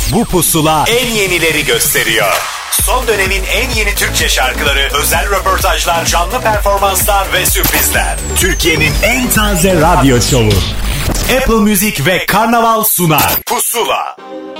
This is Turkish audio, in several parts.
Bu pusula en yenileri gösteriyor. Son dönemin en yeni Türkçe şarkıları, özel röportajlar, canlı performanslar ve sürprizler. Türkiye'nin en taze radyo şovu. Apple Music ve Karnaval sunar. Pusula.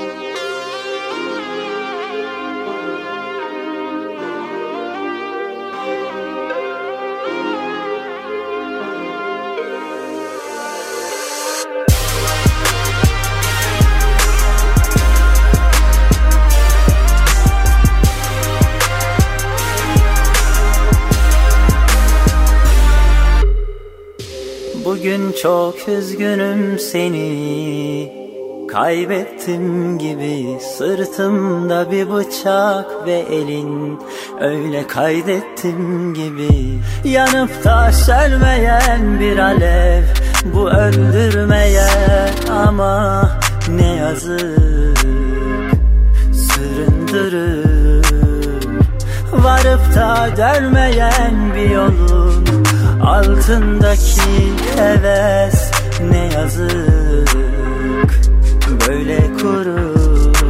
Bugün çok üzgünüm, seni kaybettim gibi. Sırtımda bir bıçak ve elin öyle kaydettim gibi. Yanıp da sönmeyen bir alev bu, öldürmeye ama ne yazık süründürür. Varıp da dönmeyen bir yolun altındaki heves ne yazık böyle kurur.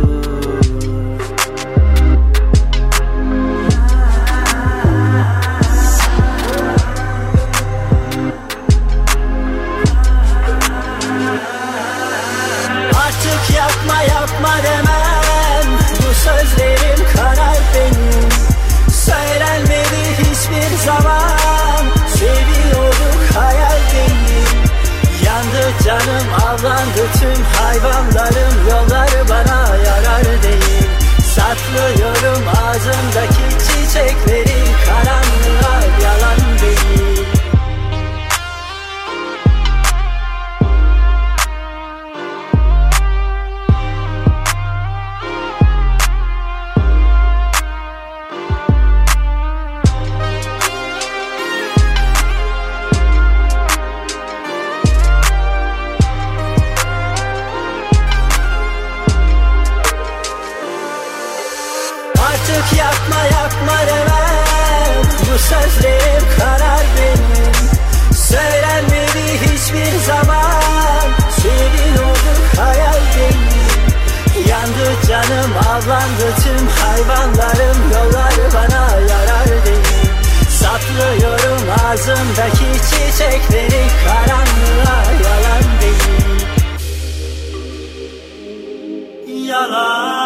Artık yapma yapma demem, bu sözlerim karar benim. Söylenmedi hiçbir zaman, seviyorduk hayal değil. Yandı canım, avlandı tüm hayvanlarım, yolları bana yarar değil. Saklıyorum ağzımdaki çiçekleri, karanlığa yalan değil. Yapma yapma demem, bu sözlerim karar benim. Söylenmedi hiçbir zaman, seviyorduk hayal değil. Yandı canım, avlandı tüm hayvanlarım, yolları bana yarar değil. Saklıyorum ağzımdaki çiçekleri, karanlığa yalan değil. Yalan.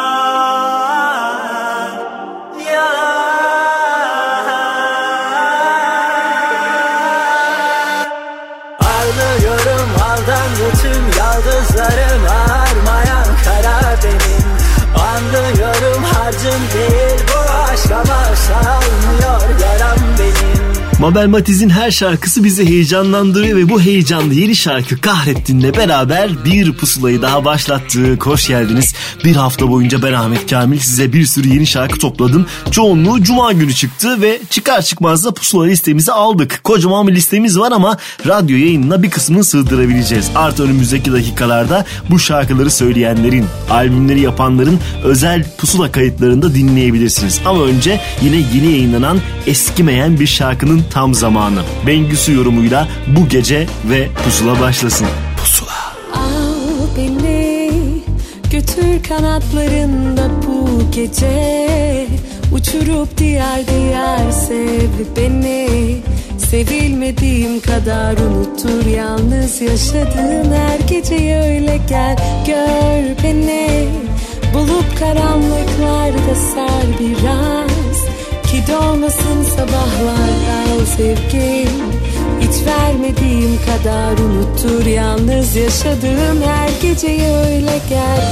Tüm yıldızlarım ağarmayan kara benim. Anlıyorum harcım değil bu aşk, ama sağlamıyor yaram benim. Mabel Matiz'in her şarkısı bizi heyecanlandırıyor ve bu heyecanlı yeni şarkı Kahrettin'le beraber bir pusulayı daha başlattık. Hoş geldiniz. Bir hafta boyunca ben Ahmet Kamil size bir sürü yeni şarkı topladım. Çoğunluğu Cuma günü çıktı ve çıkar çıkmaz da pusula listemizi aldık. Kocaman bir listemiz var ama radyo yayınına bir kısmını sığdırabileceğiz. Artı önümüzdeki dakikalarda bu şarkıları söyleyenlerin, albümleri yapanların özel pusula kayıtlarında dinleyebilirsiniz. Ama önce yine yeni yayınlanan eskimeyen bir şarkının tam zamanı. Bengüsü yorumuyla Bu Gece ve pusula başlasın. Pusula. Al beni, götür kanatlarında bu gece. Uçurup diğer diğer sev beni. Sevilmediğim kadar unuttur yalnız yaşadığın her geceyi, öyle gel gör beni. Bulup karanlıklarda sar biraz, ki doğmasın sabahlar kal sevgim. Hiç vermediğim kadar unuttur yalnız yaşadığım her geceyi, öyle gel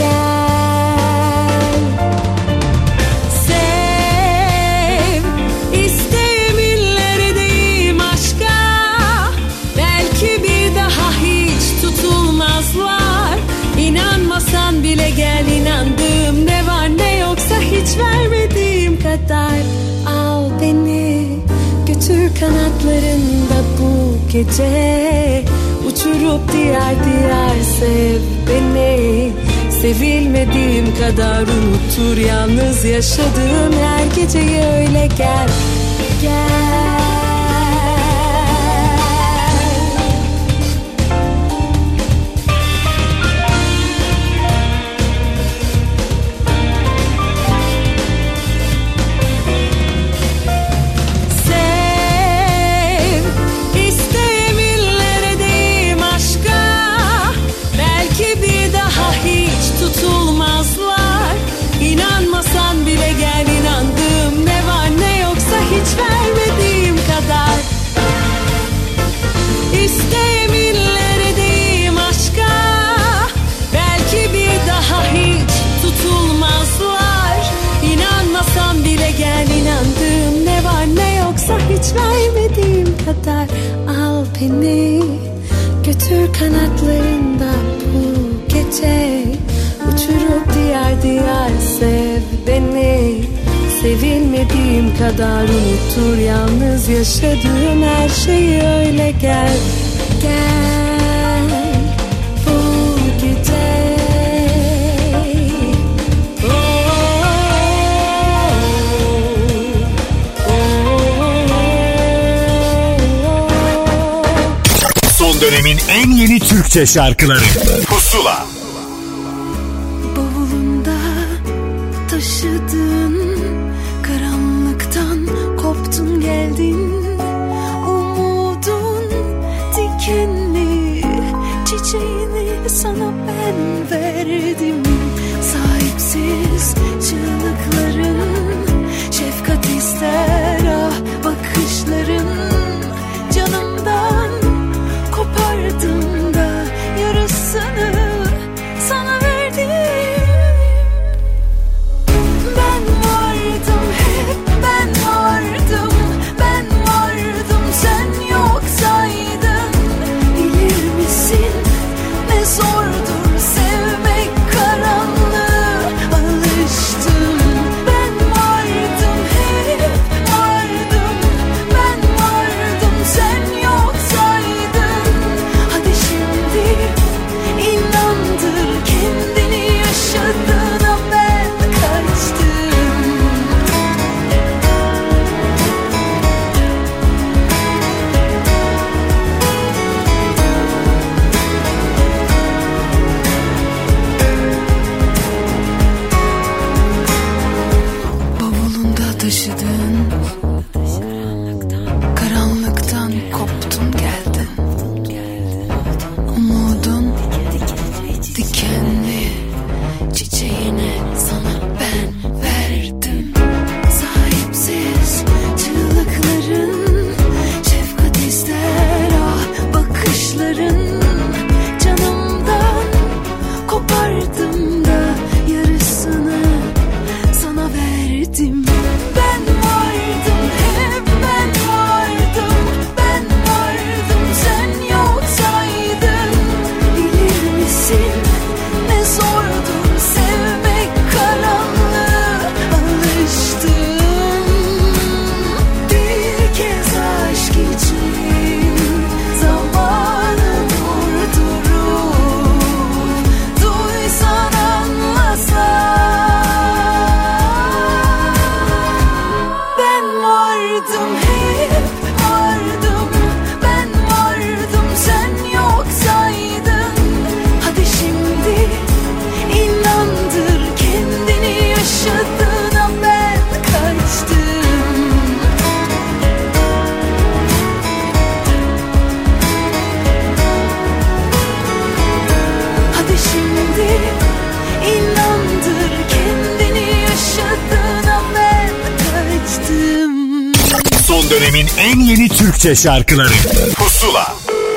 gel. Sev, iste iller edeyim aşka. Belki bir daha hiç tutulmazlar. İnanmasan bile gel, inandığım ne var ne yoksa hiç vermediğim kadar. Al beni, götür kanatlarında bu gece. Uçurup diğer diğer sev beni. Sevilmediğim kadar unuttur yalnız yaşadığım her geceyi, öyle gel gel. beni, götür kanatlarında bu gece, uçurup diğer diğer sev beni. Sevilmediğim kadar unuttur yalnız yaşadığım her şeyi, öyle gel, gel bu gece. Son dönemin en yeni Türkçe şarkıları Pusula. Bavulunda taşıdığın karanlıktan koptun geldin. Umudun dikenli çiçeğini sana ben verdim. Sahipsiz çığlıkların şefkat ister, ah bakışların canımdan kopardım da yarısını sana verdim. Ben vardım, hep ben vardım, ben vardım, sen yoksaydın. Bilir misin ne zordur sevmek karanlığı, alıştım. Ben vardım, hep vardım, ben vardım, sen yoksaydın. Hadi şimdi inandır kendini, yaşadığına ben kaçtım. Bavulunda taşıdığın karanlıktan koptun geldin. Umudun dikenli çiçeğini sana ben verdim. Sahipsiz çığlıkların şefkat ister, ah bakışların canımdan kopardım da yarısını sana verdim. Ben vardım, hep ben vardım, ben vardım, sen yoksaydın. Bilir misin ne zordur sevmek karanlığı, alıştım. Bir kez aşk için zamanı durdurup duysan anlasan. Ben vardım, hep vardım, ben vardım, sen yoksaydın. Hadi şimdi inandır kendini, yaşadığına ben kaçtım. Hadi şimdi inandır kendini, yaşadığına ben kaçtım. Son dönemin en yeni Türkçe şarkıları Pusula.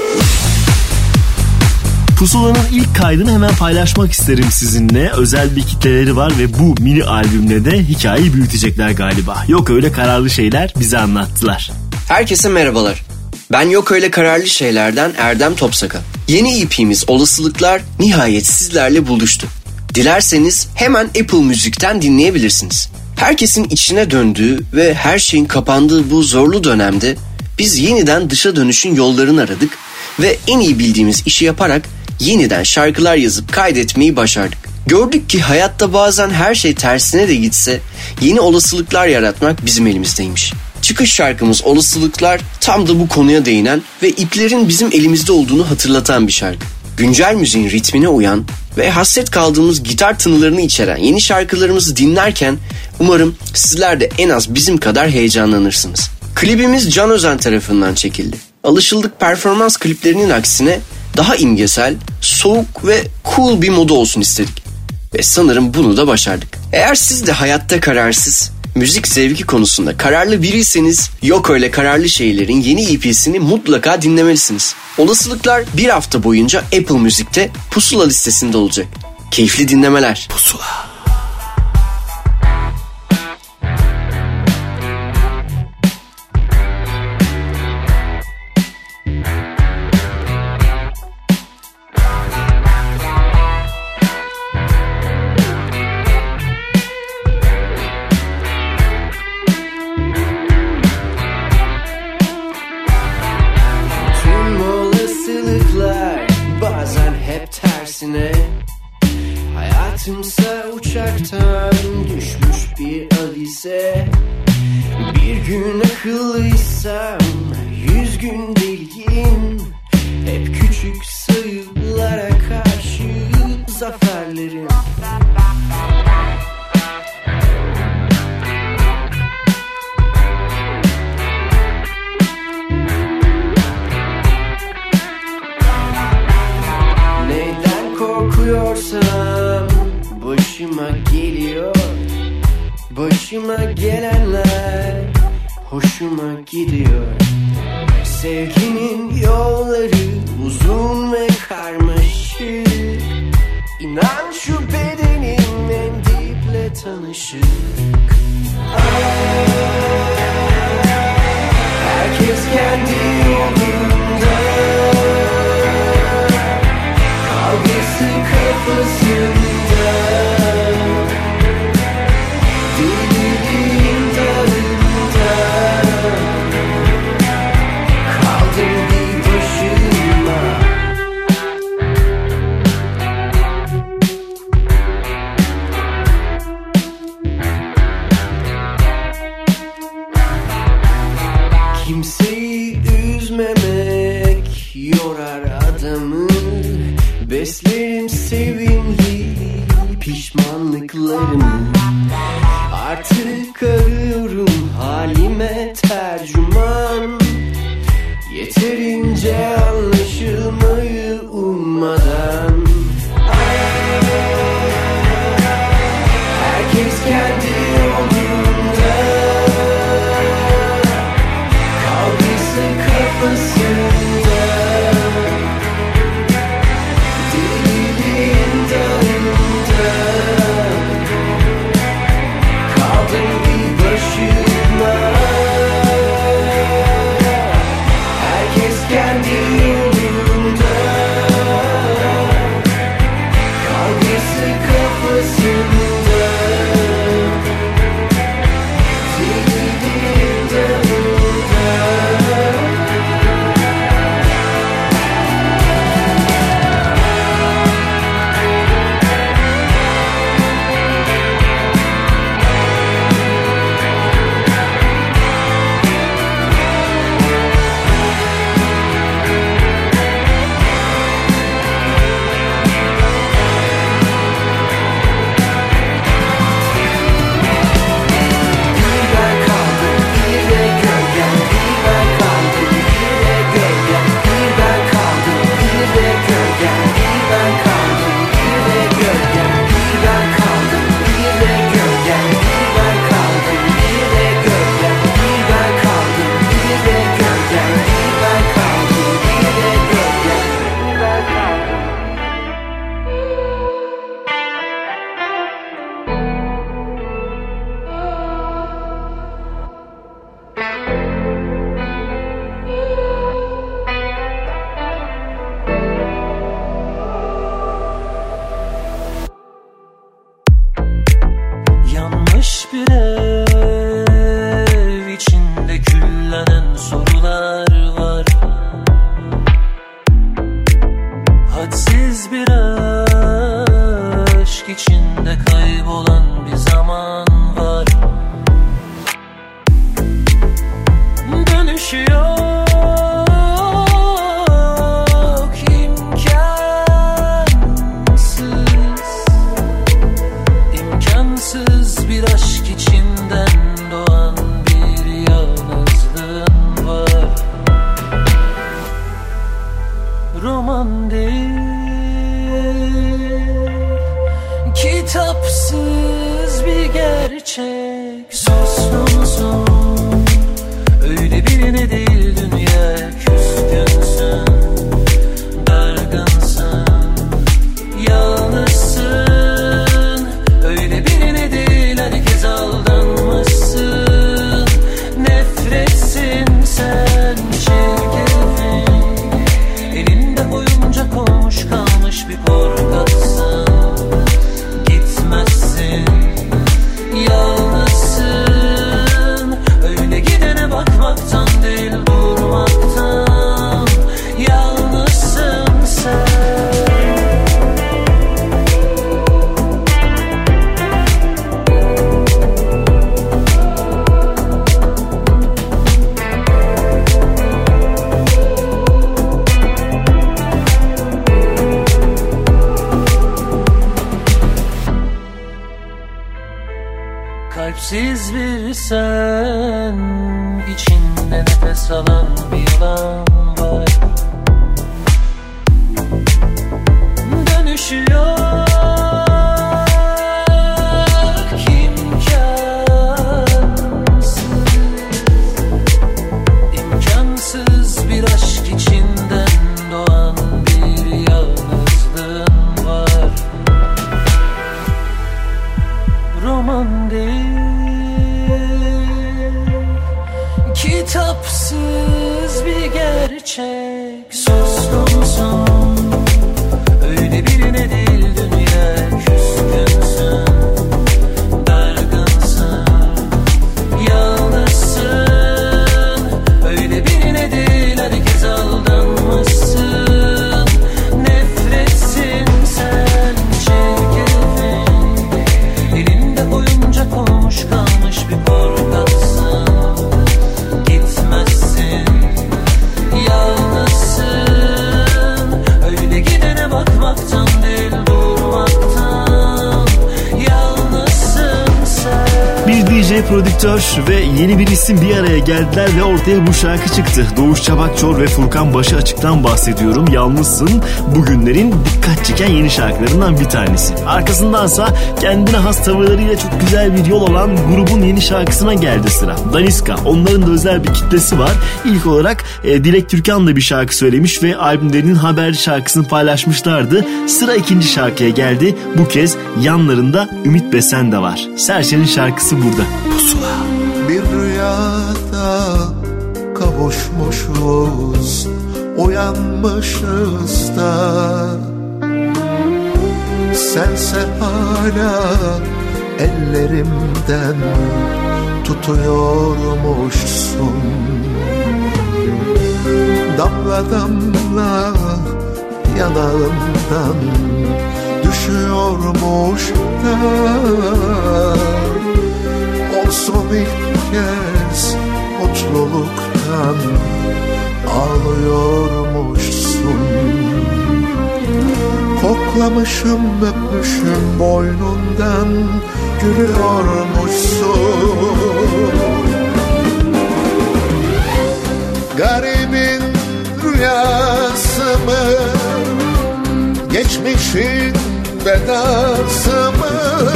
Pusula'nın ilk kaydını hemen paylaşmak isterim sizinle. Özel bir kitleleri var ve bu mini albümle de hikayeyi büyütecekler galiba. Yok öyle kararlı şeyler bize anlattılar. Herkese merhabalar. Ben Yok Öyle Kararlı Şeyler'den Erdem Topsakal. Yeni EP'miz Olasılıklar nihayet sizlerle buluştu. Dilerseniz hemen Apple Müzik'ten dinleyebilirsiniz. Herkesin içine döndüğü ve her şeyin kapandığı bu zorlu dönemde biz yeniden dışa dönüşün yollarını aradık ve en iyi bildiğimiz işi yaparak yeniden şarkılar yazıp kaydetmeyi başardık. Gördük ki hayatta bazen her şey tersine de gitse yeni olasılıklar yaratmak bizim elimizdeymiş. Çıkış şarkımız Olasılıklar tam da bu konuya değinen ve iplerin bizim elimizde olduğunu hatırlatan bir şarkı. Güncel müziğin ritmine uyan ve hasret kaldığımız gitar tınılarını içeren yeni şarkılarımızı dinlerken umarım sizler de en az bizim kadar heyecanlanırsınız. Klibimiz Can Özen tarafından çekildi. Alışıldık performans kliplerinin aksine daha imgesel, soğuk ve cool bir modu olsun istedik. Ve sanırım bunu da başardık. Eğer siz de hayatta kararsız, müzik zevki konusunda kararlı biriyseniz Yok Öyle Kararlı Şeyler'in yeni EP'sini mutlaka dinlemelisiniz. Olasılıklar bir hafta boyunca Apple Müzik'te Pusula listesinde olacak. Keyifli dinlemeler. Pusula. uçaktan düşmüş bir avize. Bir gün akıllıysam 100 gün deliyim. Hep küçük sayılara karşı zaferlerim. Neyden korkuyorsam başıma geliyor. Başıma gelenler hoşuma gidiyor. Sevginin yolları uzun ve karmaşık. İnan şu bedenin en diple tanışık. Herkes kendi yolunda, kavgası kafasında. Deliliğin dağında kaldım bir başıma. Kimseyi üzmemek yorar adamı. Beslerim sevimli pişmanlıklarımı. Artık arıyorum halime tercüman. Yeterince anlaşılmayı ummadan. Herkes kendi yolunda, kavgası kafasında. Deliliğin dağında kaldım bir başıma. Herkes kendi yolunda, kavgası kafasında. Deliliğin dağında. Yanmış bir ev içinde küllenen sorular var. Hadsiz bir aşk içinde kaybolan bir zaman var. Dönüşü yok, imkansız bir aşk içinden doğan bir yalnızlığın var. Roman değil, kitapsız bir gerçek. Suskunsun, öyle birine değil dünya. Küskünsün, dargınsın, yalnızsın. Öyle birine değil, herkes aldanmışsın. Nefretsin sen, çirkefin. Elinde oyuncak olmuş kalmış bir korkaksın. Gitmezsin, yalnızsın. Öyle gidene bakmaktan değil, kalpsiz bir sen, içinde nefes alan bir yılan var. Dönüşüyor imkansız bir aşk içinden doğan bir yalnızlığın var. Roman değil, kitapsız bir gerçek. Sustum son, öyle birine değil dünya. Küskünsün, dargınsın, yalnızsın. Öyle birine değil, herkes aldanmışsın. Nefretsin sen, çirkefin. Elinde oyuncak olmuş kalmış bir korkaksın. Gitmezsin, yalnızsın. Öyle gidene bakmaktan değil, durmaktan. Yalnızsın sen. Bir DJ prodüktör ve yeni bir isim bir araya geldiler ve ortaya bu şarkı çıktı. Doğuş Çabakçor ve Furkan Başıaçık'tan bahsediyorum. Yalnızsın bugünlerin dikkat çeken yeni şarkılarından bir tanesi. Arkasındansa kendine has tavırlarıyla çok güzel bir yol olan grubun yeni şarkısına geldi sıra. Daniska. Onların da özel bir kitlesi var. İlk olarak Dilek Türkan da bir şarkı söylemiş ve albümlerinin haberci şarkısını paylaşmışlardı. Sıra ikinci şarkıya geldi. Bu kez yanlarında Ümit Besen de var. Serçe'nin şarkısı burada. Pusula. Bir rüyada kavuşmuşuz, uyanmışız da sense hala ellerimden tutuyormuşsun. Damla damla yanağından düşüyormuş da olsun ilk kez mutluluktan ağlıyormuşsun. Koklamışım öpmüşüm boynundan gülüyormuşsun. Garibin rüyası mı, geçmişin vedası mı,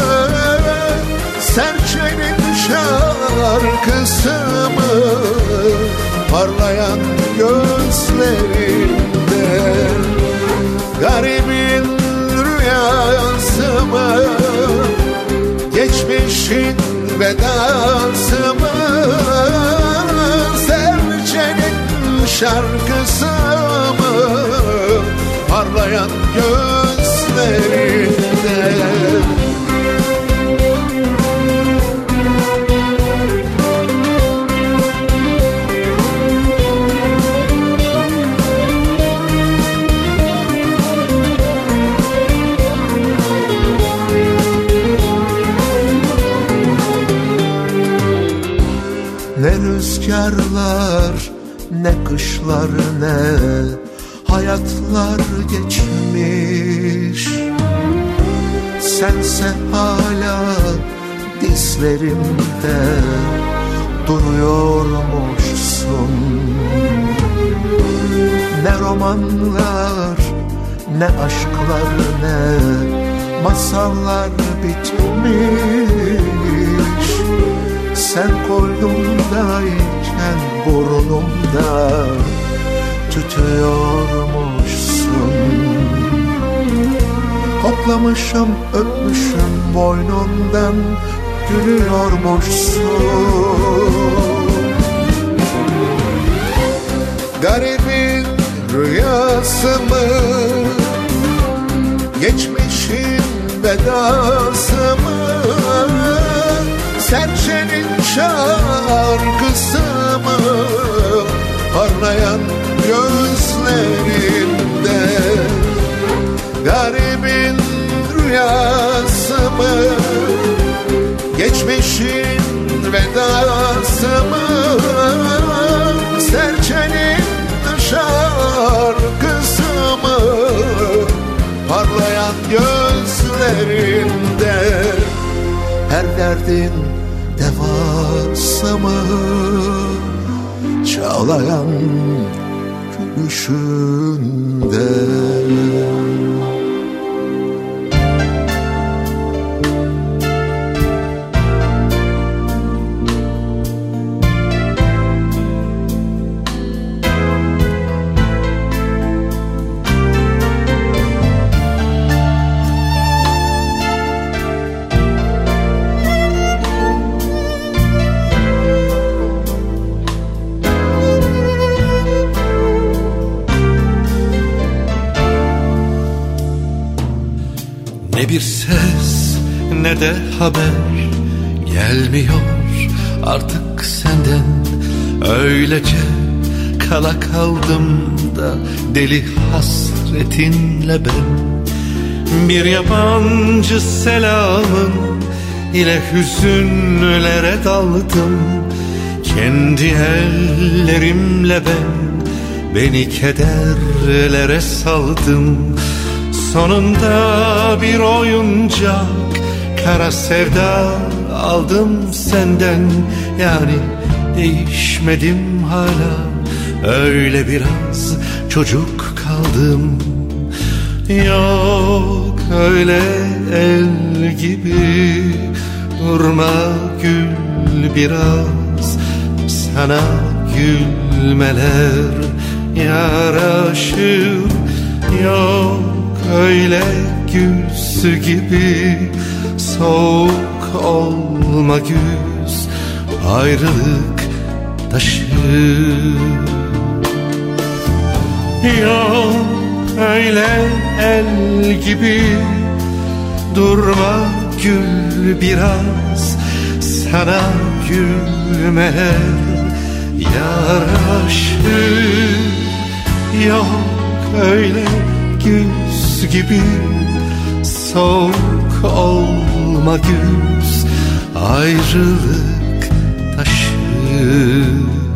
serçenin şarkısı mı, parlayan gözlerinde. Garibin rüyası mı, geçmişin vedası mı, serçenin şarkısı mı, parlayan gözlerinde. Ne rüzgarlar, ne kışlar, ne hayatlar geçmiş. Sense hala dizlerimde duruyormuşsun. Ne romanlar, ne aşklar, ne masallar bitmiş. Sen koynumdayken burnumda tütüyormuşsun. Koklamışım, öpmüşüm boynundan gülüyormuşsun. Garibin rüyası mı, geçmişin vedası mı, serçenin şarkısı mı, parlayan gözlerinde. Garibin rüyası mı, geçmişin vedası mı, serçenin şarkısı mı, parlayan gözlerinde. Her derdin devası mı çağlayan gülüşünde? Ne bir ses ne de haber gelmiyor artık senden. Öylece kala kaldım da deli hasretinle ben. Bir yabancı selamın ile hüzünlere daldım. Kendi ellerimle beni kederlere saldım. Sonunda bir oyuncak kara sevda aldım senden. Yani değişmedim hala, öyle biraz çocuk kaldım. Yok öyle el gibi durma gül biraz, sana gülmeler yaraşır. Yok öyle güz gibi soğuk olma güz, ayrılık taşır. Yok öyle el gibi durma gül biraz, sana gülmeler yaraşır. Yok öyle güz gibi soğuk olma güz, ayrılık taşır.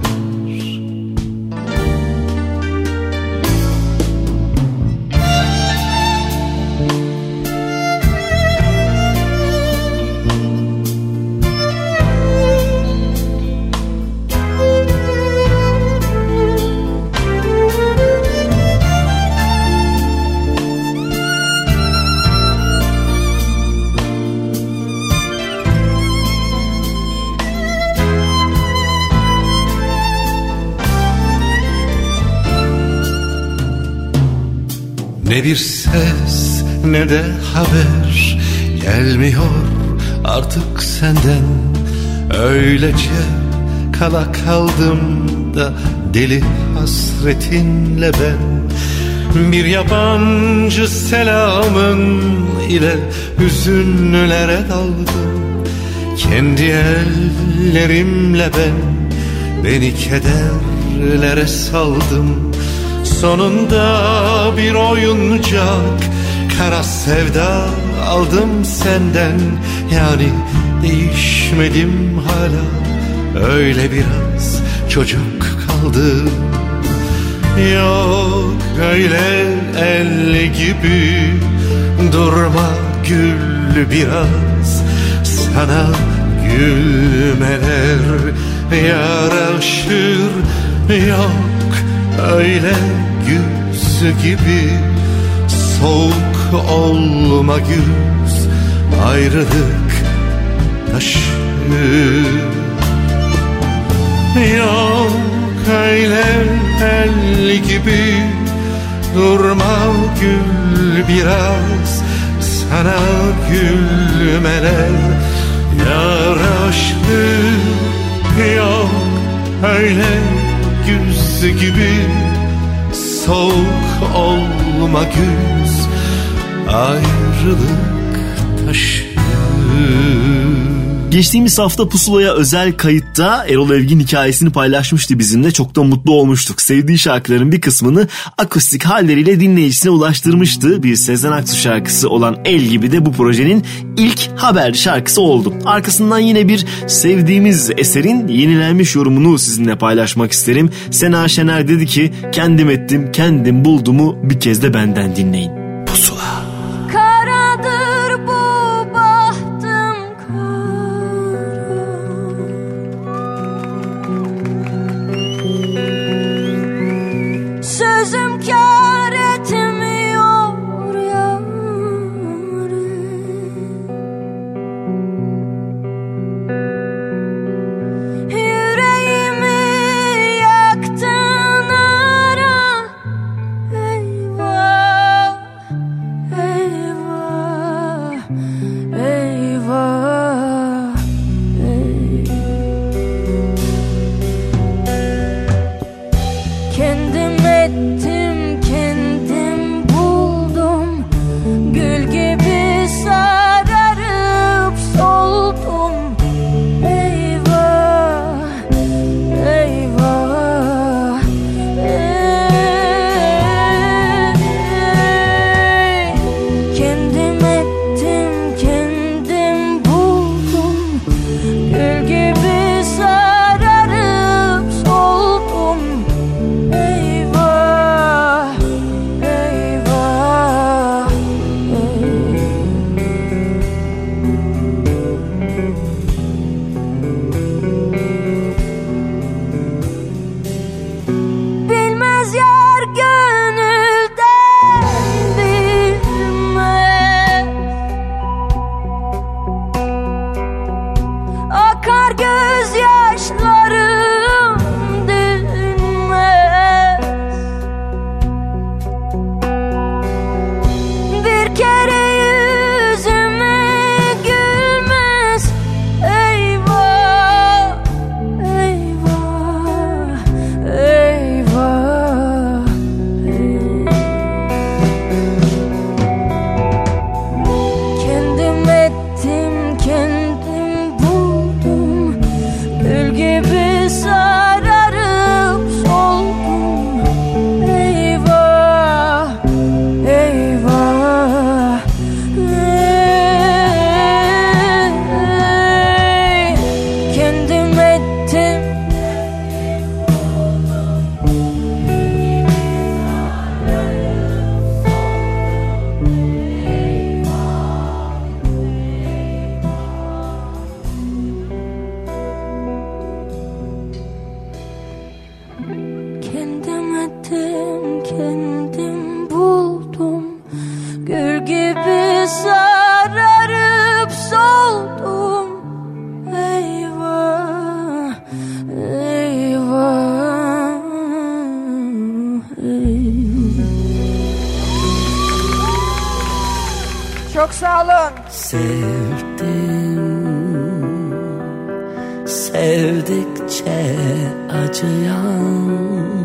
Ne bir ses ne de haber gelmiyor artık senden. Öylece kala kaldım da deli hasretinle ben. Bir yabancı selamın ile hüzünlere daldım. Kendi ellerimle beni kederlere saldım. Sonunda bir oyuncak kara sevda aldım senden. Yani değişmedim hala, öyle biraz çocuk kaldım. Yok öyle el gibi durma gül biraz, sana gülmeler yaraşır. Yok öyle güz gibi soğuk olma güz, ayrılık taşır. Yok öyle el gibi durma gül biraz, sana gülmeler yaraşır. Yok öyle güz gibi soğuk olma güz, ayrılık taşır. Geçtiğimiz hafta Pusula'ya özel kayıtta Erol Evgin hikayesini paylaşmıştı bizimle. Çok da mutlu olmuştuk. Sevdiği şarkıların bir kısmını akustik halleriyle dinleyicisine ulaştırmıştı. Bir Sezen Aksu şarkısı olan El Gibi de bu projenin ilk haber şarkısı oldu. Arkasından yine bir sevdiğimiz eserin yenilenmiş yorumunu sizinle paylaşmak isterim. Sena Şener dedi ki, kendim ettim, kendim buldumu bir kez de benden dinleyin. Pusula. Karadır bu bahtım kara, sevdim, sevdikçe acıyan,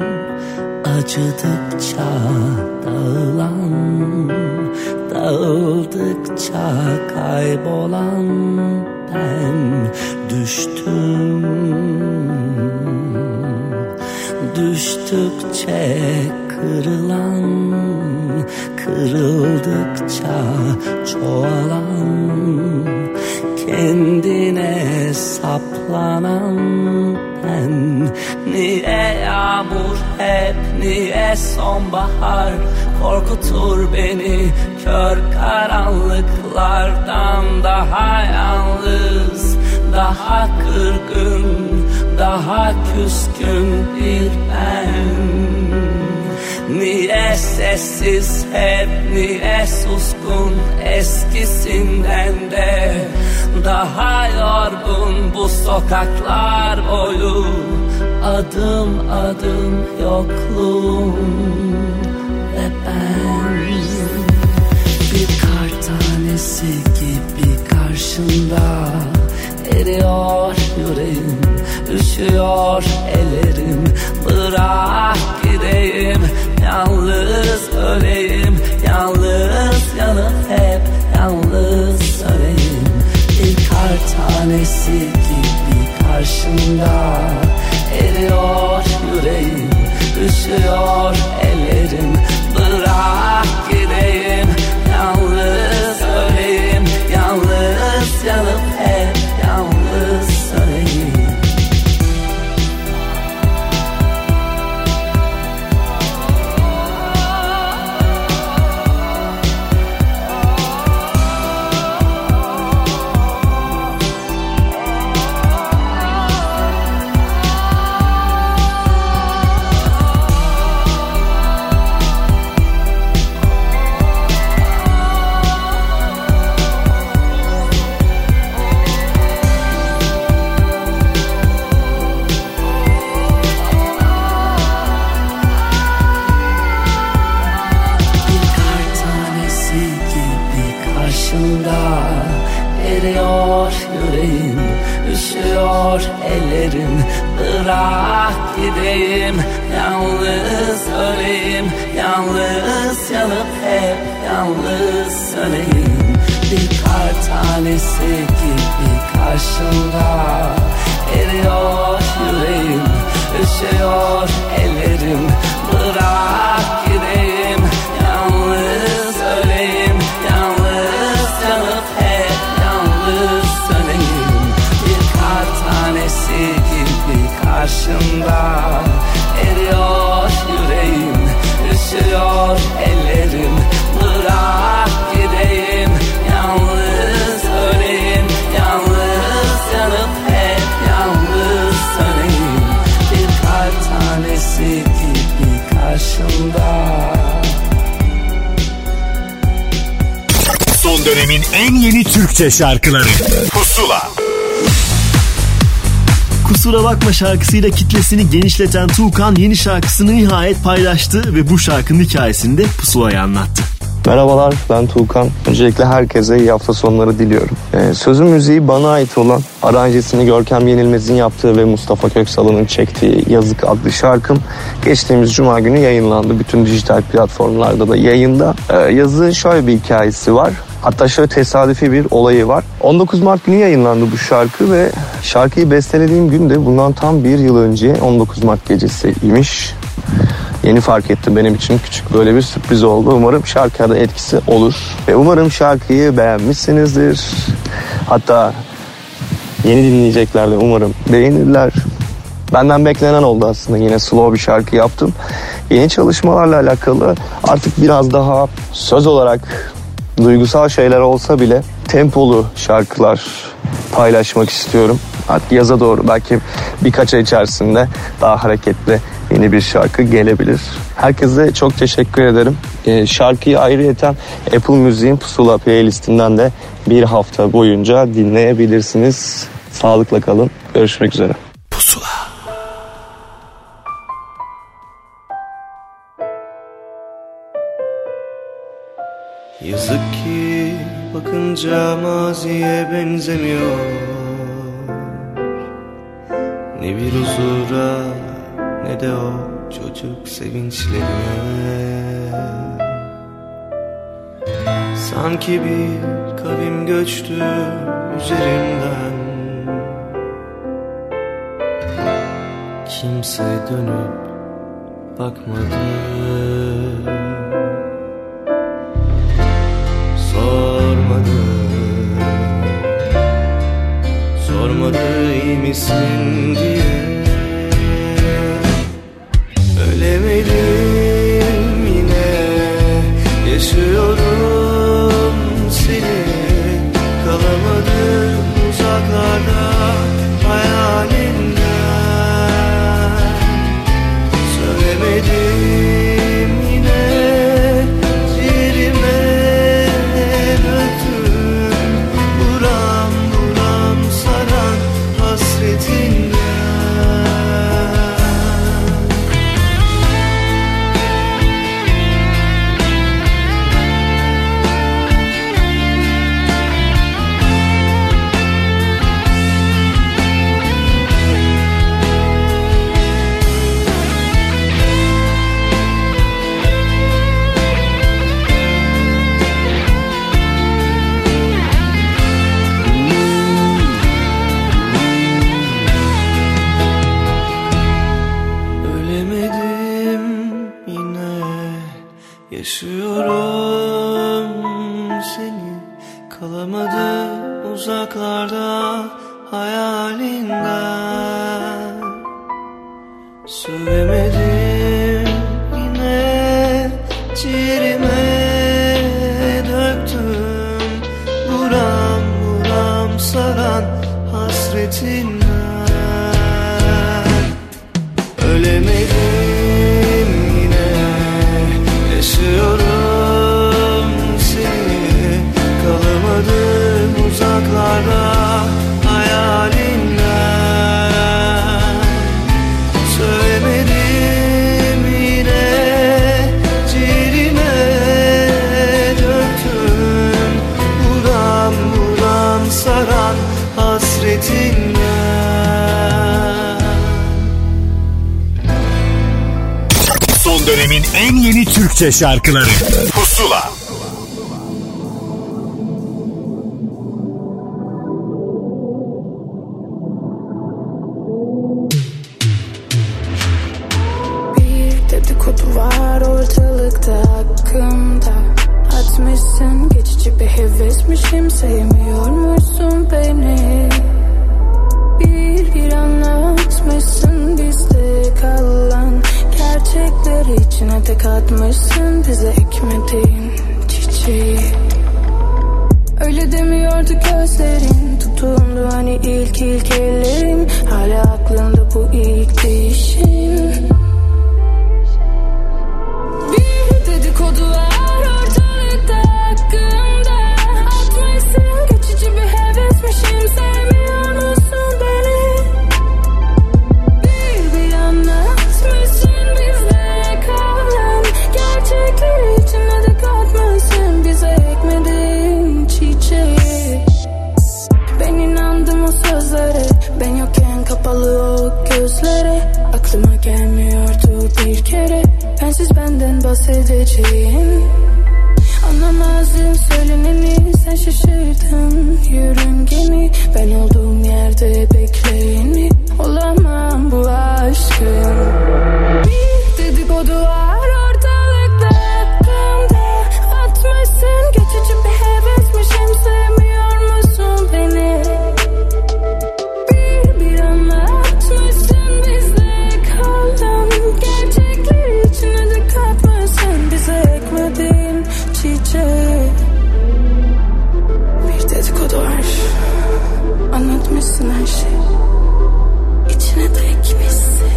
acıdıkça dağılan, dağıldıkça kaybolan ben düştüm. Düştükçe kırılan, kırıldıkça çoğalan, kendine saplanan ben. Niye yağmur hep, niye sonbahar korkutur beni, kör karanlıklardan daha yalnız, daha kırgın, daha küskün bir ben. Niye sessiz hep, niye suskun eskisinden de daha yorgun bu sokaklar boyu, adım adım yokluğum ve ben. Bir kar tanesi gibi karşında eriyor yüreğim, üşüyor ellerim. Bırak gideyim, yalnız öleyim, yalnız yanıp hep yalnız öleyim. Bir kar tanesi gibi karşımda eriyor yüreğim, üşüyor ellerim. Bırak gideyim, yalnız öleyim, yalnız yanıp hep yalnız öleyim. Eriyor yüreğim, üşüyor ellerim. Bırak gideyim, yalnız öleyim, yalnız yanıp hep yalnız söneyim. Bir kar tanesi gibi karşımda eriyor yüreğim, üşüyor ellerim. Bırak gideyim, yalnız öleyim, yalnız yanıp hep yalnız söneyim. Bir kar tanesi gibi karşımda eriyor yüreğim, üşüyor ellerim. Bırak gideyim, yalnız öleyim, yalnız yanıp hep yalnız söneyim. Bir kar tanesi gibi karşımda. Son dönemin en yeni Türkçe şarkıları Pusula. Kusura bakma şarkısıyla kitlesini genişleten Tuğkan yeni şarkısını nihayet paylaştı ve bu şarkının hikayesini de Pusula'ya anlattı. Merhabalar, ben Tuğkan. Öncelikle herkese iyi hafta sonları diliyorum. Sözü müziği bana ait olan, aranjesini Görkem Yenilmez'in yaptığı ve Mustafa Köksal'ın çektiği Yazık adlı şarkım geçtiğimiz Cuma günü yayınlandı. Bütün dijital platformlarda da yayında. Yazı'nın şöyle bir hikayesi var. Hatta şöyle tesadüfi bir olayı var. 19 Mart günü yayınlandı bu şarkı ve şarkıyı bestelediğim gün de bundan tam bir yıl önce 19 Mart gecesiymiş. Yeni fark ettim, benim için küçük böyle bir sürpriz oldu. Umarım şarkıya da etkisi olur. Ve umarım şarkıyı beğenmişsinizdir. Hatta yeni dinleyecekler de umarım beğenirler. Benden beklenen oldu aslında. Yine slow bir şarkı yaptım. Yeni çalışmalarla alakalı artık biraz daha söz olarak duygusal şeyler olsa bile tempolu şarkılar paylaşmak istiyorum. Artık yaza doğru belki birkaç ay içerisinde daha hareketli yeni bir şarkı gelebilir. Herkese çok teşekkür ederim. Şarkıyı ayrıyeten Apple Müziğin Pusula playlistinden de bir hafta boyunca dinleyebilirsiniz. Sağlıkla kalın. Görüşmek üzere. Pusula. Yazık ki bakınca maziye benzemiyor. Ne bir huzura ne de o çocuk sevinçlerine. Sanki bir kavim göçtü üzerimden. Kimse dönüp bakmadı. Sormadı iyi misin diye. Ölemedim yine, yaşıyorum seni. Kalamadım uzaklarda hayalinden. Söylemedim yine, ciğerime döktüm. Buram buram saran hasretinden. Yaşıyorum seni, kalamadım uzaklarda hayalinden. Söylemedim yine, ciğerime döktüm. Buram buram saran hasretinden. Ölemedim yine, yaşıyorum seni. Kalamadım uzaklarda hayalinden. Söylemedim yine, ciğerime döktüm. Buram buram saran hasretinden. Son dönemin en yeni Türkçe şarkıları Pusula. Bir dedikodu var ortalıkta hakkımda. Atmışsın geçici bir hevesmişim, sevmiyormuşsun beni. Bir anlatmışsın bizde kalan gerçekleri, içine tek atmışsın bize ekmediğin çiçeği. Öyle demiyordu gözlerin, tutundu hani ilk ellerin. Hala aklında bu ilk değişim. Bir dedikodu var ortalıkta hakkında. Atmışsın geçici bir hevesmişim, sevmiyor musun beni? Bir anlatmışsın bizde kalan gerçekleri, içine de katmışsın bize ekmediğin çiçeği. Ben inandım o sözlere, ben yokken kapalı o gözlere. Aklıma gelmiyordu bir kere bensiz benden bahsedeceğim. Anlamazdın söyleneni, sen şaşırdın yörüngemi. Ben olduğum yerde bekleyeni, olamam bu aşkın. Bir dedikodu var ortalıkta hakkımda. Atmışsın geçici bir hevesmişim, sevmiyor musun beni? Bir anlatmışsın bizde kalan gerçekleri, içine de katmışsın bize ekmediğin çiçeği. Bir dedikodu var, anlatmışsın her şeyi, içine de ekmişsin.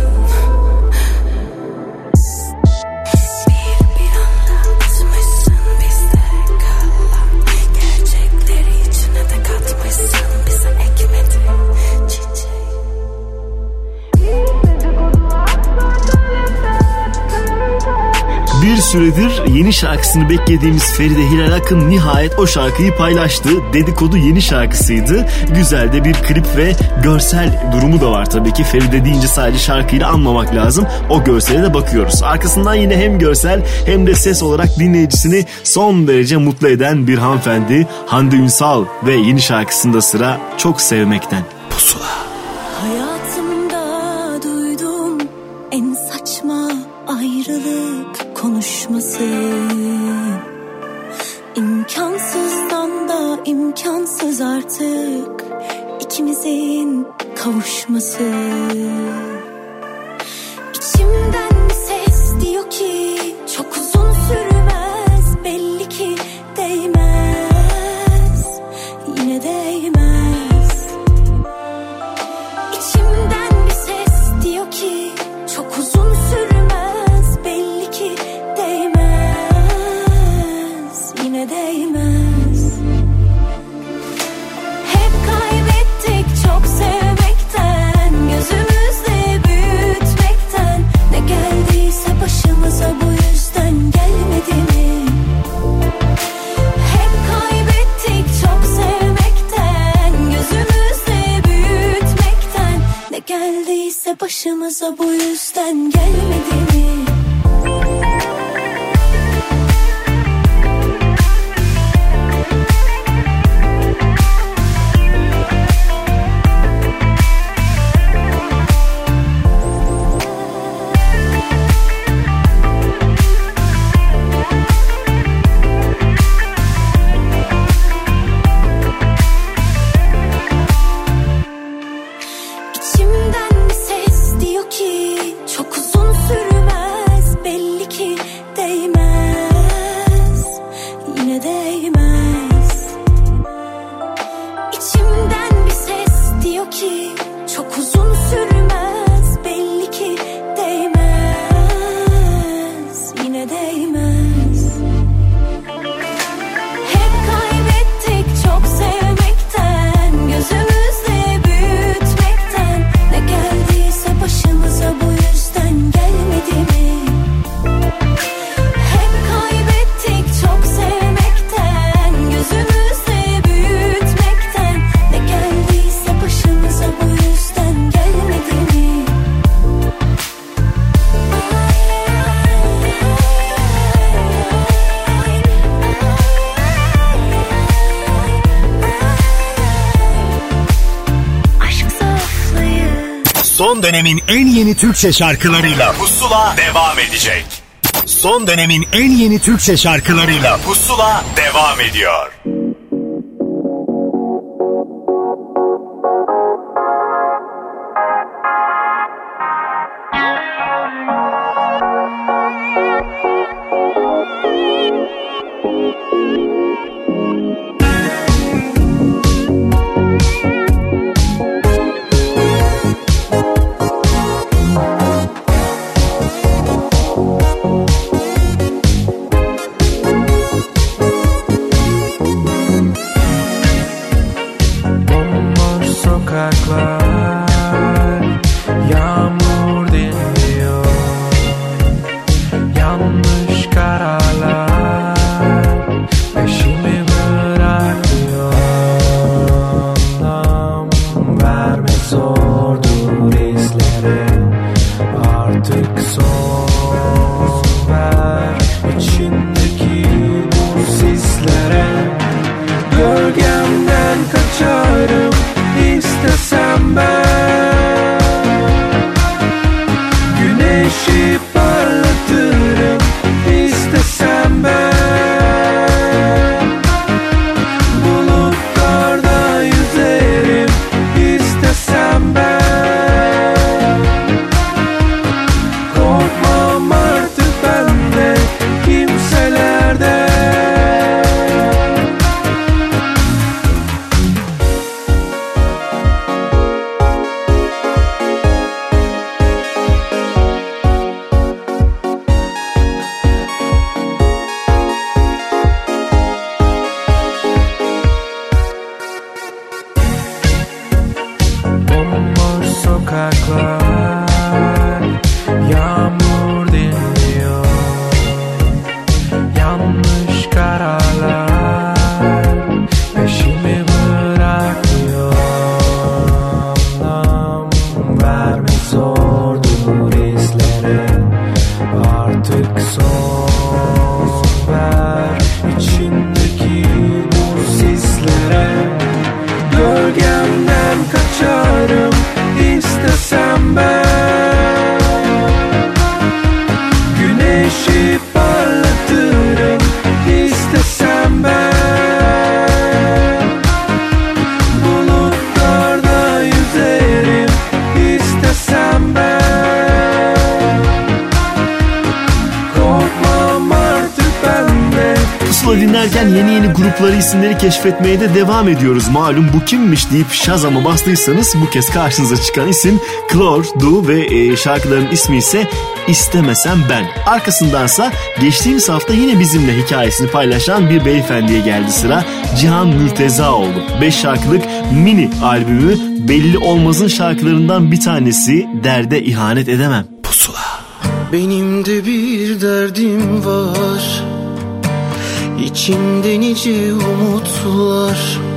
Bir anlatmışsın bizde kalan gerçekleri, içine de katmışsın bize ekmediğin çiçeği. Bir süredir yeni şarkısını beklediğimiz Feride Hilal Akın nihayet o şarkıyı paylaştı. Dedikodu yeni şarkısıydı. Güzel de bir klip ve görsel durumu da var tabii ki. Feride deyince sadece şarkıyla anmamak lazım. O görsele de bakıyoruz. Arkasından yine hem görsel hem de ses olarak dinleyicisini son derece mutlu eden bir hanımefendi Hande Ünsal ve yeni şarkısında sıra Çok Sevmekten. Pusula. Hayatımda duydum en saçma ayrılık konuşması. İmkansızdan da imkansız artık ikimizin kavuşması. İçimden bir ses diyor ki çok uzun sürmez, belli ki değmez, yine değmez. İçimden bir ses diyor ki çok uzun sürmez, belli ki değmez, yine değmez. Hep kaybettik çok sevmekten, gözümüzde büyütmekten. Ne geldiyse başımıza bu yüzden gelmedi mi? Hep kaybettik çok sevmekten, gözümüzde büyütmekten. Ne geldiyse başımıza bu yüzden gelmedi mi? İçimden bir ses diyor ki çok uzun sürmez, belli ki değmez, yine değmez. İçimden bir ses diyor ki çok uzun sürmez, belli ki değmez, yine değmez. Hep kaybettik çok sevmekten, gözümüzde büyütmekten. Ne geldiyse başımıza bu yüzden gelmedi mi? Hep kaybettik çok sevmekten, gözümüzde büyütmekten. Ne geldiyse başımıza bu yüzden gelmedi mi? Aşk saflığı. Son dönemin en yeni Türkçe şarkılarıyla Pusula devam edecek. Son dönemin en yeni Türkçe şarkılarıyla Pusula devam ediyor. Bomboş sokaklar, yağmur dinliyor. Yanlış kararlar peşimi bırakıyor. Anlam vermek zordur izlere. Artık son ver içindeki bu sislere. Gölgemden kaçarım istesem ben. Güneşi parlatırım istesem ben. Bulutlarda yüzerim istesem ben. Korkmam artık ben de kimselerden. Bomboş sokaklar, yağmur dinliyor. yeni grupları, isimleri keşfetmeye de devam ediyoruz. Malum bu kimmiş deyip Shazam'a bastıysanız bu kez karşınıza çıkan isim Clore Du ve şarkıların ismi ise İstemesem Ben. Arkasındansa geçtiğimiz hafta yine bizimle hikayesini paylaşan bir beyefendiye geldi sıra. Cihan Mürtezaoğlu. 5 şarkılık mini albümü Belli Olmaz'ın şarkılarından bir tanesi Derde İhanet Edemem. Pusula. Benim de bir derdim var, İçimde nice umutlar.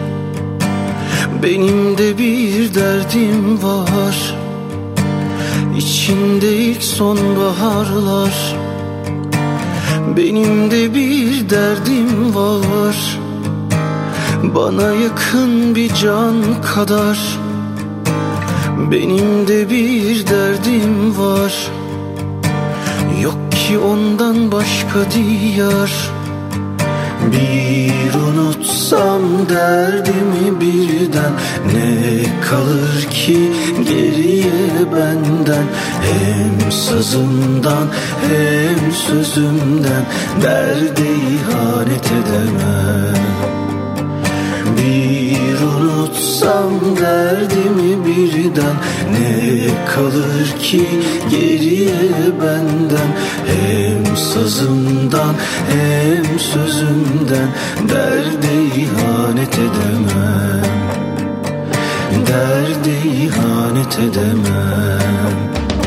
Benim de bir derdim var, İçimde ilk sonbaharlar. Benim de bir derdim var, bana yakın bir can kadar. Benim de bir derdim var, yok ki ondan başka diyar. Bir unutsam derdimi birden, ne kalır ki geriye benden? Hem sazımdan hem sözümden derde ihanet edemem. Bir unutsam derdimi birden, ne kalır ki geriye benden? Hem sazımdan hem sözümden derde ihanet edemem. Derde ihanet edemem.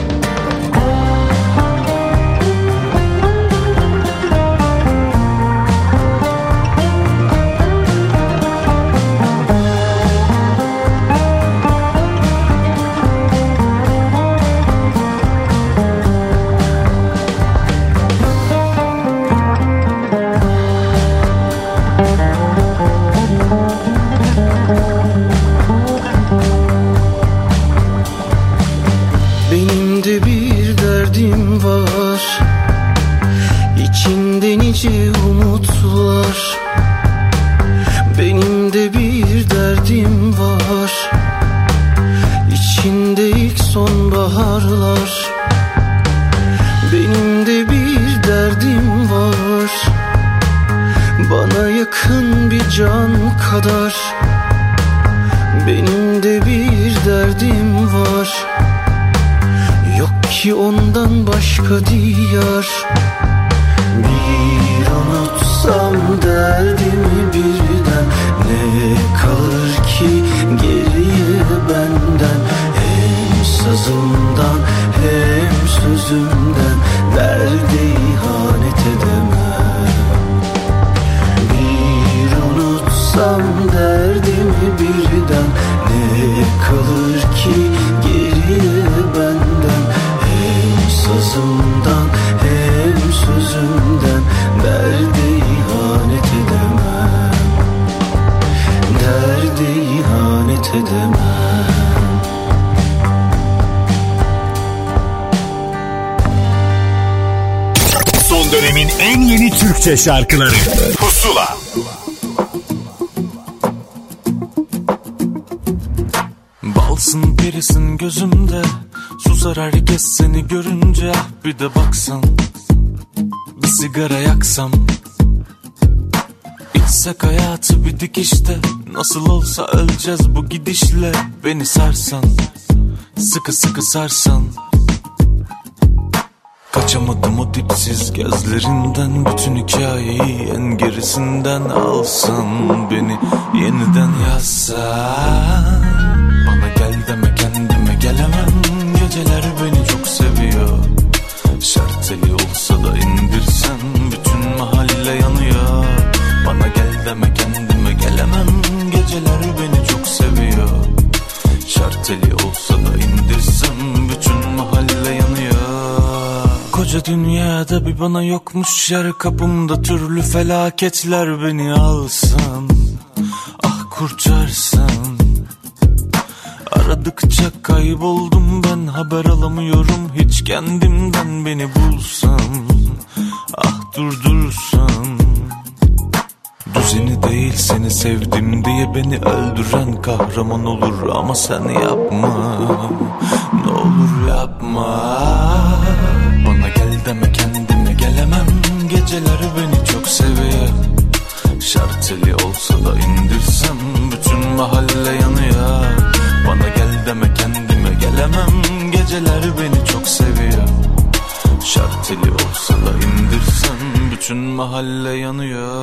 Kadar. Benim de bir derdim var, yok ki ondan başka diyar. Bir unutsam derdimi birden, ne kalır ki geriye benden? Hem sazımdan hem sözümden derde ihanet edemem. Bir unutsam derdimi birden, ne kalır ki geriye benden? Hem sazımdan hem sözümden derde ihanet edemem. Derde ihanet edemem. Son dönemin en yeni Türkçe şarkıları Pusula. Balsın perisin gözümde, susar herkes seni görünce. Ah bir de baksan, bir sigara yaksam, İçsek hayatı bir dikişte, nasıl olsa öleceğiz bu gidişle. Beni sarsan, sıkı sıkı sarsan, kaçamadım o dipsiz gözlerinden. Bütün hikayeyi en gerisinden alsan, beni yeniden yazsan. Bana gel deme kendime gelemem, geceler beni çok seviyor. Şarteli olsa da indirsen, bütün mahalle yanıyor. Bana gel deme kendime gelemem, geceler beni çok seviyor. Şarteli olsa da indirsem, bütün mahalle yanıyor. Koca dünyada bir bana yokmuş yer, kapımda türlü felaketler. Beni alsan, ah kurtarsın. Aradıkça kayboldum ben, haber alamıyorum hiç kendimden. Beni bulsan, ah durdursan. Düzeni değil seni sevdim diye beni öldüren kahraman olur. Ama sen yapma, ne olur yapma. Bana gel deme kendime gelemem, geceler beni çok seviyor. Şarteli olsa da indirsem bütün mahalle yanıyor. Bana gel deme kendime gelemem, geceler beni çok seviyor. Şarteli olsa da indirsem bütün mahalle yanıyor.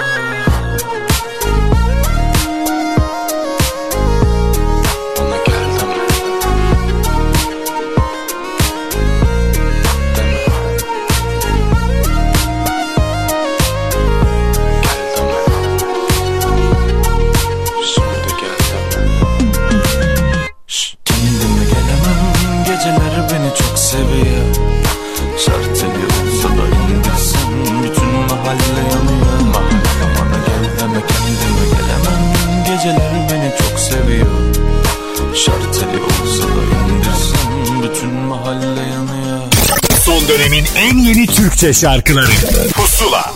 Son dönemin en yeni Türkçe şarkıları Pusula.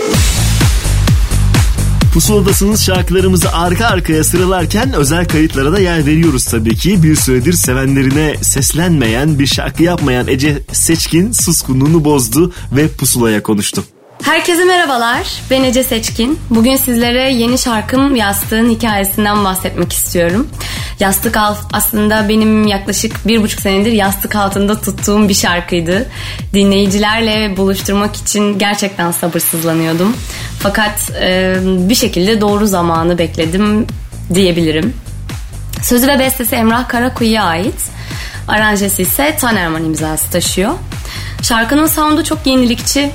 Pusuladasınız, şarkılarımızı arka arkaya sıralarken özel kayıtlara da yer veriyoruz tabii ki. Bir süredir sevenlerine seslenmeyen, bir şarkı yapmayan Ece Seçkin suskunluğunu bozdu ve Pusula'ya konuştu. Herkese merhabalar, ben Ece Seçkin. Bugün sizlere yeni şarkım Yastığın hikayesinden bahsetmek istiyorum. Yastık aslında benim yaklaşık 1,5 senedir yastık altında tuttuğum bir şarkıydı. Dinleyicilerle buluşturmak için gerçekten sabırsızlanıyordum. Fakat bir şekilde doğru zamanı bekledim diyebilirim. Sözü ve bestesi Emrah Karakuyu'ya ait. Aranjesi ise Tanerman imzası taşıyor. Şarkının sound'u çok yenilikçi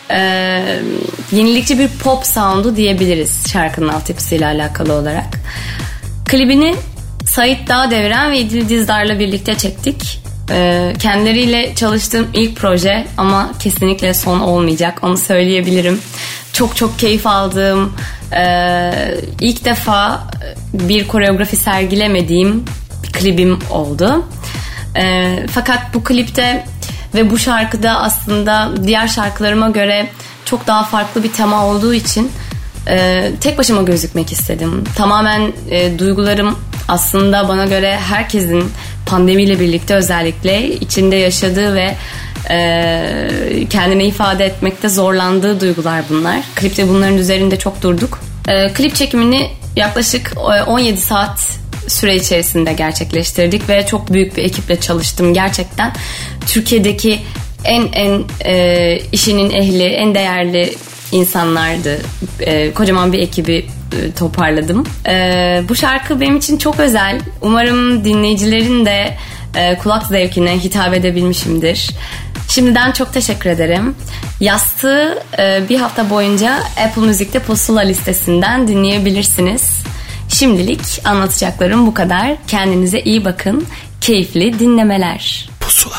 bir pop sound'u diyebiliriz şarkının altyapısıyla alakalı olarak. Klibini Sait Dağdeviren ve İdil Dizdar'la birlikte çektik. Kendileriyle çalıştığım ilk proje ama kesinlikle son olmayacak, onu söyleyebilirim. Çok keyif aldığım, ilk defa bir koreografi sergilemediğim bir klibim oldu. Fakat bu klipte ve bu şarkıda aslında diğer şarkılarıma göre çok daha farklı bir tema olduğu için tek başıma gözükmek istedim. Tamamen duygularım aslında bana göre herkesin pandemiyle birlikte özellikle içinde yaşadığı ve kendini ifade etmekte zorlandığı duygular bunlar. Klipte bunların üzerinde çok durduk. Klip çekimini yaklaşık 17 saat süre içerisinde gerçekleştirdik ve çok büyük bir ekiple çalıştım. Gerçekten Türkiye'deki en işinin ehli, en değerli insanlardı. Kocaman bir ekibi toparladım. Bu şarkı benim için çok özel. Umarım dinleyicilerin de kulak zevkine hitap edebilmişimdir. Şimdiden çok teşekkür ederim. Yastığı bir hafta boyunca Apple Music'te Pusula listesinden dinleyebilirsiniz. Şimdilik anlatacaklarım bu kadar. Kendinize iyi bakın. Keyifli dinlemeler. Pusula.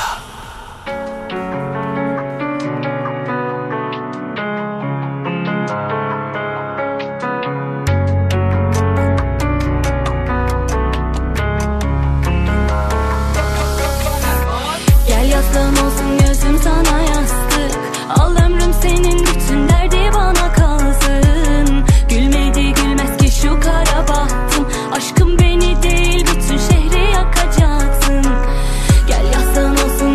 Gel yastığım olsun gözüm sana yastık. Al ömrüm senin bütün derdi bana kalsın. Gülmedi gülmez ki şu kara bahtım. Aşkım beni değil bütün şehri yakacaksın. Gel yastığım olsun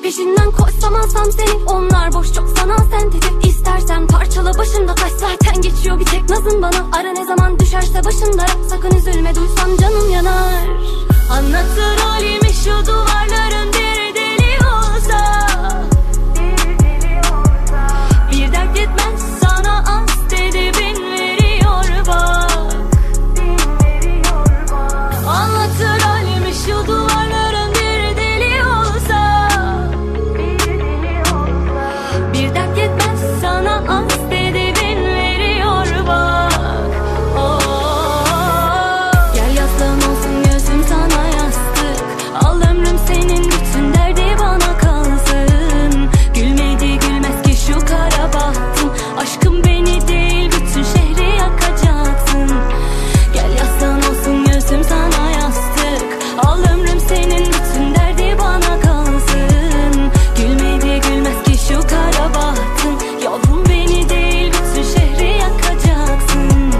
Peşinden koşsam alsam seni, onlar boş çok sanal sentetik. İstersen parçala başında taş, zaten geçiyor bir tek nazın bana. Ara ne zaman düşerse başımlara, sakın üzülme duysam canım yanar. Anlatır halimi şu duvarların bir deli olsa. Bir dert yetmez sana az dedi, bin veriyor bak. Anlatır halimi şu duvarların bir deli olsa. Bir dert yetmez sana az dedi, bin veriyor bak. Gel yaslan olsun gözüm sana yastık. Al ömrüm senin bütün derdi bana kalsın. Gülmedi gülmez ki şu kara bahtım. Aşkım beni değil bütün şehri yakacaksın. Gel yaslan olsun gözüm sana yastık. Al ömrüm senin bütün derdi bana kalsın. Gülmedi gülmez ki şu kara bahtım. Yavrum beni değil bütün şehri yakacaksın.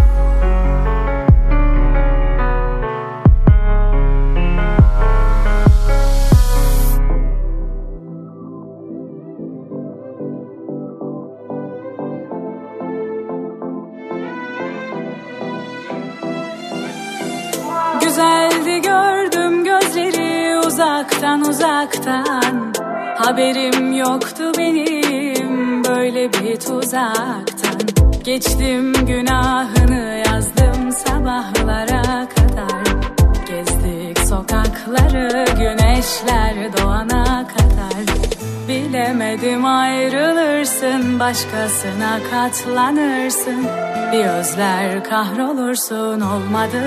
Güzeldi gördüm gözleri uzaktan uzaktan. Haberim yoktu benim böyle bir tuzaktan. Geçtim günahını yazdım sabahlara kadar. Gezdik sokakları güneşler doğana kadar. Bilemedim ayrılırsın, başkasına katlanırsın. Bir özler kahrolursun, olmadı.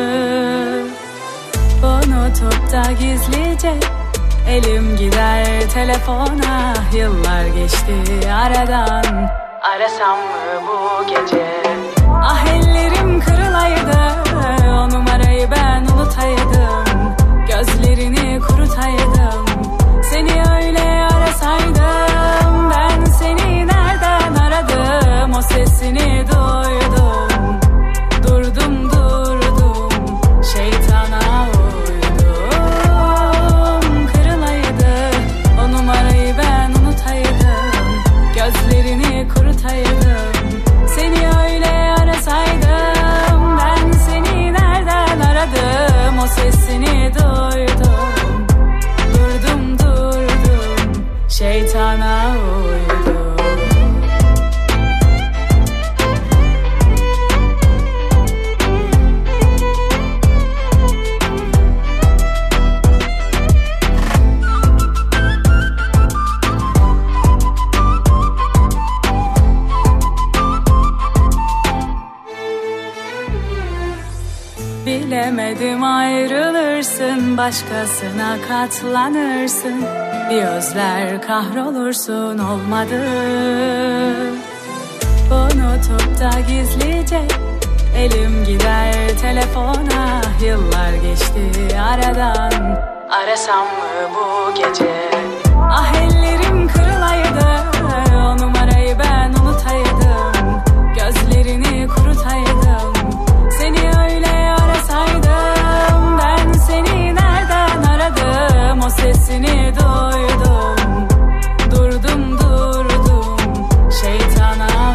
Unutup da gizlice elim gider telefona. Yıllar geçti aradan, arasam mı bu gece? Ah ellerim kırılaydı, o numarayı ben unutaydım. Gözlerini kurutaydım, seni öyle arasaydım. Ben seni nereden aradım, o sesini duydum. Durdum şeytana uydum. Kırılaydı, o numarayı ben unutaydım. Gözlerini kurutaydım, seni öyle arasaydım. Ben seni nereden aradım, o sesini duydum. Durdum şeytana uydum. Bilemedim ayrılırsın, başkasına katlanırsın. Bir özler kahrolursun, olmadı. Unutup da gizlice elim gider telefona. Yıllar geçti aradan, arasam mı bu gece? Ah ellerim kırılaydı, o numarayı ben unutaydım. Gözlerini kurutaydım, seni öyle arasaydım. Ben seni nereden aradım, o sesini duydum. Durdum şeytana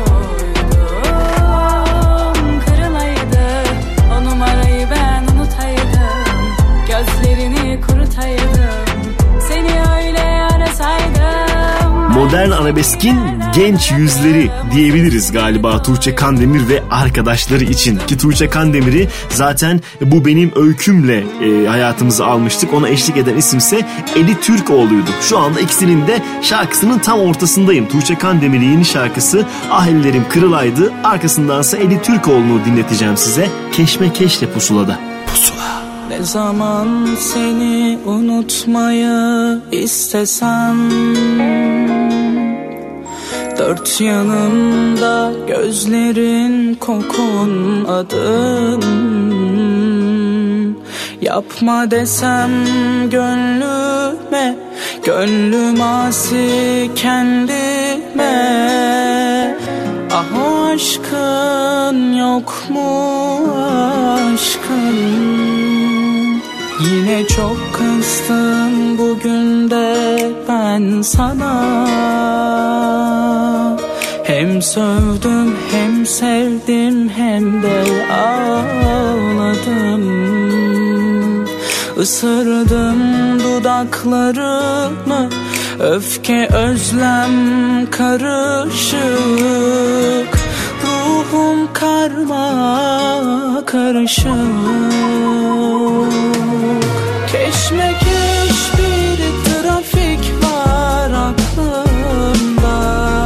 uydum. Kırılaydı, o numarayı ben unutaydım. Gözlerini kurutaydım, seni öyle arasaydım. Modern arabeskin genç yüzleri diyebiliriz galiba Tuğçe Kandemir ve arkadaşları için. Ki Tuğçe Kandemir'i zaten Bu Benim Öykümle hayatımıza almıştık. Ona eşlik eden isimse Eli Türkoğlu'ydu. Şu anda ikisinin de şarkısının tam ortasındayım. Tuğçe Kandemir'in yeni şarkısı Ah Ellerim Kırılaydı. Arkasındansa Eli Türkoğlu'nu dinleteceğim size. Keşmekeşle Pusula'da. Pusula. Ne zaman seni unutmayı istesem, dört yanımda gözlerin, kokun, adın. Yapma desem gönlüme, gönlüm asi kendime. Ah o aşkın yok mu aşkın? Yine çok kızdım bugün de ben sana. Hem sövdüm hem sevdim hem de ağladım. Isırdım dudaklarımı, öfke özlem karışık. Ruhum karma karışık. Keşmekeş bir trafik var aklımda.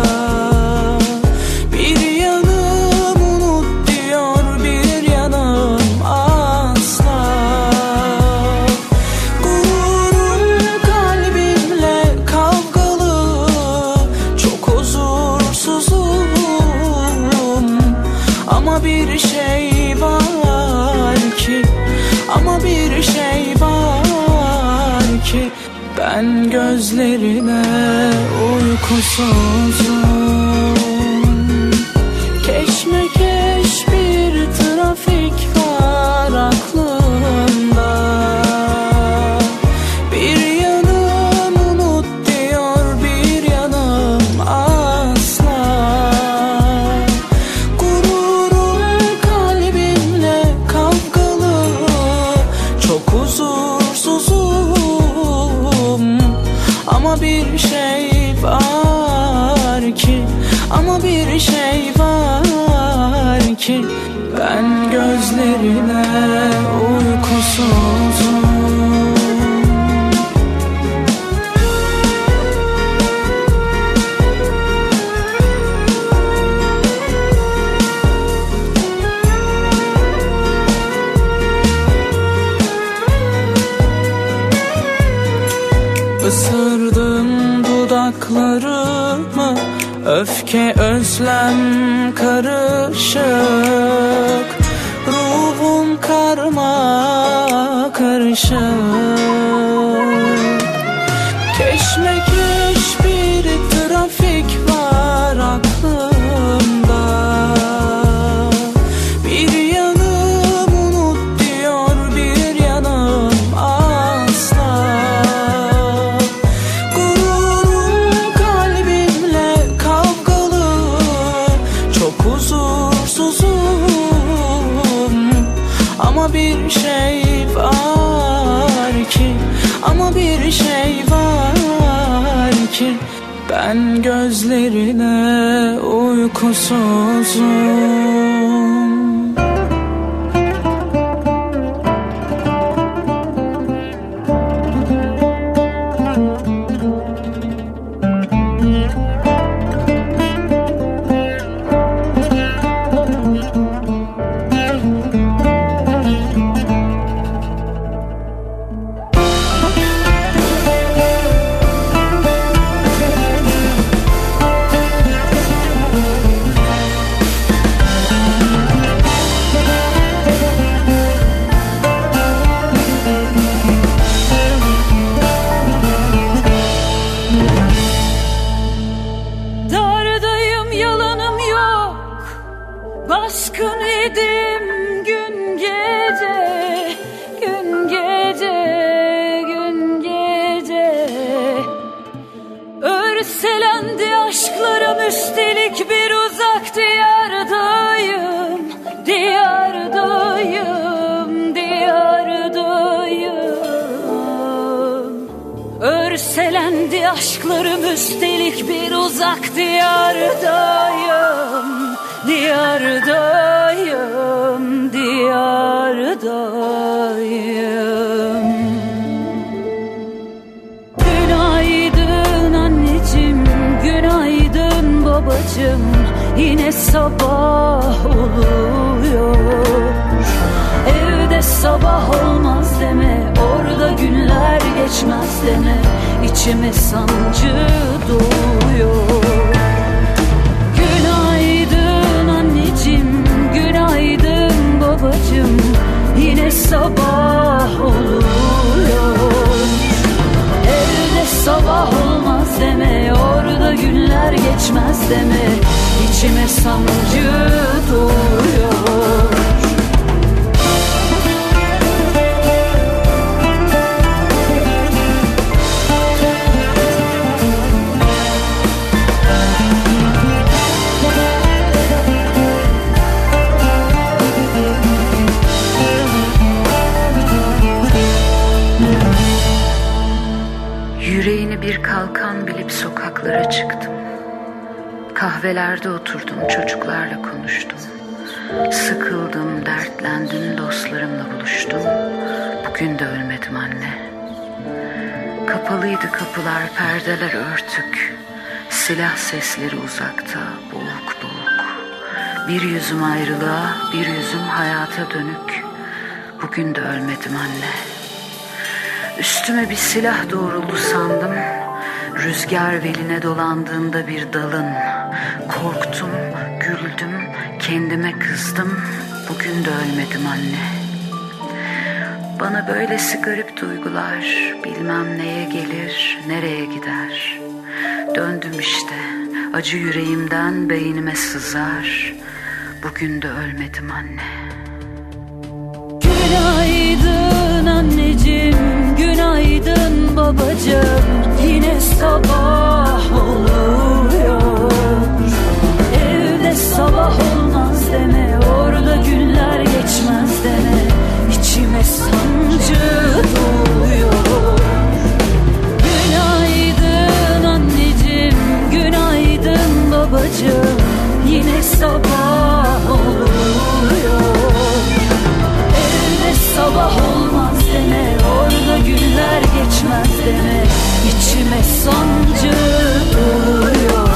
Bir yanım unut diyor, bir yanım asla. Gururum kalbimle kavgalı, çok huzursuzum. Ama bir şey var ki, ama bir şey var ki, ben gözlerine uykusuzum. Keşmekeş bir trafik var aklımda. Bir yanım unut diyor, bir yanım asla. Gururum kalbimle kavgalı, çok huzursuzum. Ama bir şey var ki, ama bir şey var ki, ben gözlerine uykusuzum. Isırdım dudaklarımı, öfke özlem karışık. Ruhum karma karışık. Keşmekeş bir trafik var aklımda. Bir yanım unut diyor, bir yanım asla. Gururum kalbimle kavgalı, çok huzursuzum. Ama bir şey var ki, ama bir şey var ki, ben gözlerine uykusuzum. Dardayım, yalanım yok. Baskın idim gün gece, gün gece, gün gece. Örselendi aşklarım, üstelik bir uzak diyardayım, diyardayım, diyardayım. Örselendi aşklarım, üstelik bir uzak diyardayım, diyardayım, diyardayım. Günaydın anneciğim, günaydın babacığım. Yine sabah oluyor. Evde sabah olmaz deme, orada günler geçmez deme. İçime sancı doluyor. Günaydın anneciğim, günaydın babacığım. Yine sabah oluyor. Evde sabah olmaz deme, orada günler geçmez deme. İçime sancı doluyor. gelip sokaklara çıktım. Kahvelerde oturdum, çocuklarla konuştum. Sıkıldım, dertlendim, dostlarımla buluştum. Bugün de ölmedim anne. Kapalıydı kapılar, perdeler örtük. Silah sesleri uzakta, boğuk boğuk. Bir yüzüm ayrılığa, bir yüzüm hayata dönük. Bugün de ölmedim anne. Üstüme bir silah doğruldu sandım. Rüzgar beline dolandığında bir dalın. Korktum, güldüm, kendime kızdım. Bugün de ölmedim anne. Bana böylesi garip duygular, bilmem neye gelir, nereye gider. Döndüm işte, acı yüreğimden beynime sızar. Bugün de ölmedim anne. Günaydın anneciğim, günaydın babacığım. Yine sabah oluyor. Evde sabah olmaz deme, orada günler geçmez deme. İçime sancı doluyor. Günaydın anneciğim, günaydın babacığım. Yine sabah oluyor. Evde sabah olmaz deme, orada günler geçmez deme. İçime sancı doluyor.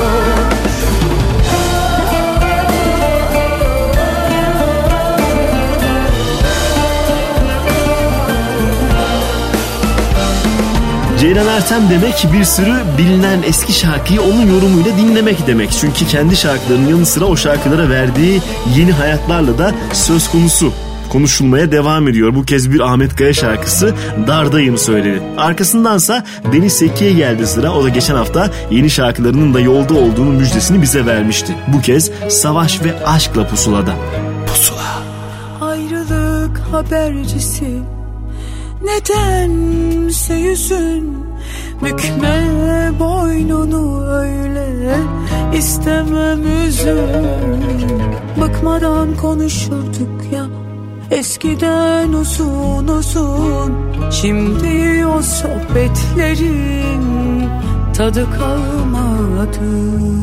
Ceylan Ertem demek bir sürü bilinen eski şarkıyı onun yorumuyla dinlemek demek. Çünkü kendi şarkılarının yanı sıra o şarkılara verdiği yeni hayatlarla da söz konusu. Konuşulmaya devam ediyor. Bu kez bir Ahmet Kaya şarkısı Dardayım söyledi. Arkasındansa Deniz Seki'ye geldi sıra. O da geçen hafta yeni şarkılarının da yolda olduğunu müjdesini bize vermişti. Bu kez Savaş ve Aşk'la Pusula'da. Pusula. Ayrılık habercisi, nedense yüzün, bükme boynunu öyle, istemem üzün. Bıkmadan konuşurduk ya eskiden uzun uzun, şimdi o sohbetlerin tadı kalmadı.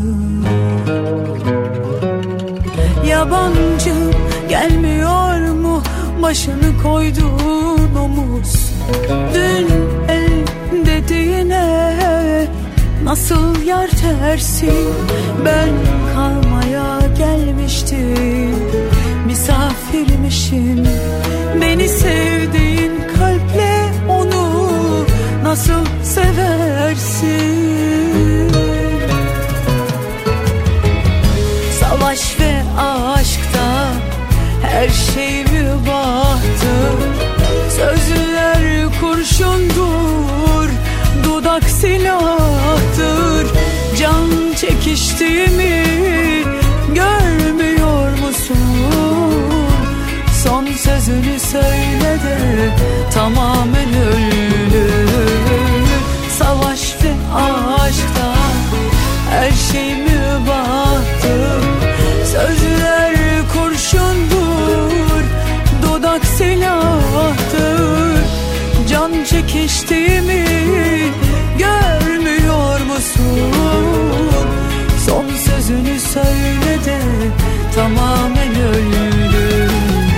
Yabancı gelmiyor mu başını koyduğun omuz? Dün el dediğine nasıl yer tersin? Ben kalmaya gelmiştim, misafirmişim. Beni sevdiğin kalple onu nasıl seversin? Savaş ve aşkta her şey mübahtır. Sözler kurşundur, dudak silahtır. Can çekiştiğimi görmüyor musun? Son sözünü söyle de tamamen ölüm. Savaş ve aşkta her şey mübahtır. Sözler kurşundur, dudak silahtır. Can çekiştiğimi görmüyor musun? Son sözünü söyle de tamamen ölüm.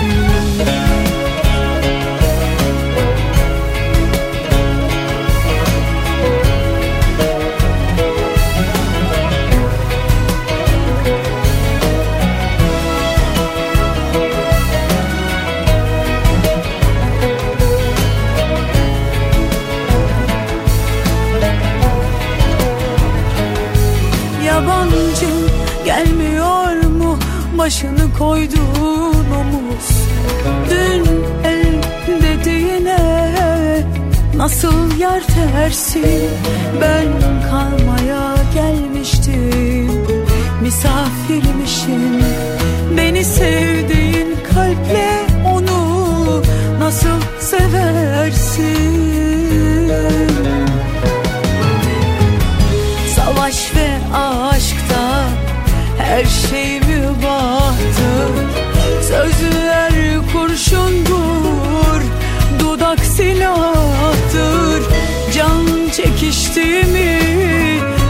Yabancı gelmiyor mu başını koyduğun omuz? Dün el dediğine nasıl yer tersin? Ben kalmaya gelmiştim, misafirmişim. Beni sevdiğin kalple onu nasıl seversin? Savaş ve aşkta her şey mübahtır. Sözler kurşundur, dudak silahtır. Can çekiştiğimi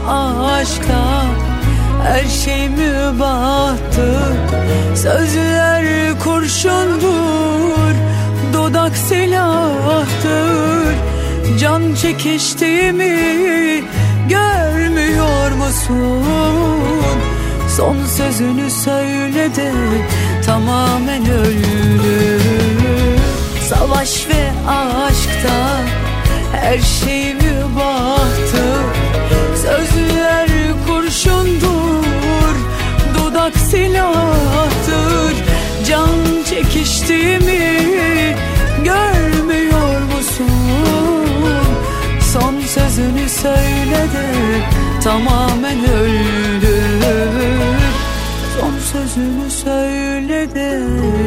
aşkta her şey mübahtır. Sözler kurşundur, dudak silahtır. Can çekiştiğimi görmüyor musun? Son sözünü söyle de tamamen öldü. Savaş ve aşkta her şey mübahtır. Sözler kurşundur, dudak silahtır. Can çekiştiğimi görmüyor musun? Son sözünü söyle de tamamen öldü. Son sözünü söyle de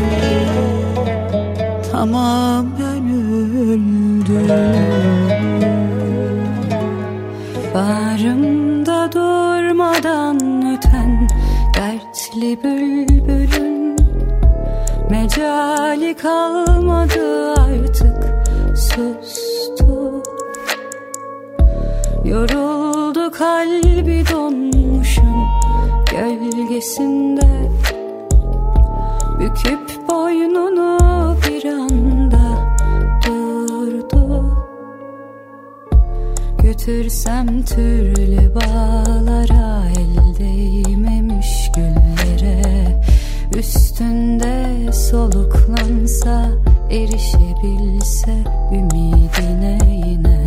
tamamen öldü. Bağrımda durmadan öten dertli bülbülün mecali kalmadı artık, sustu. Yoruldu kalbi donmuşum gölgesinde, büküp boynunu bir anda durdu. Götürsem türlü bağlara, el değmemiş güllere, üstünde soluklansa, erişebilse ümidine yine.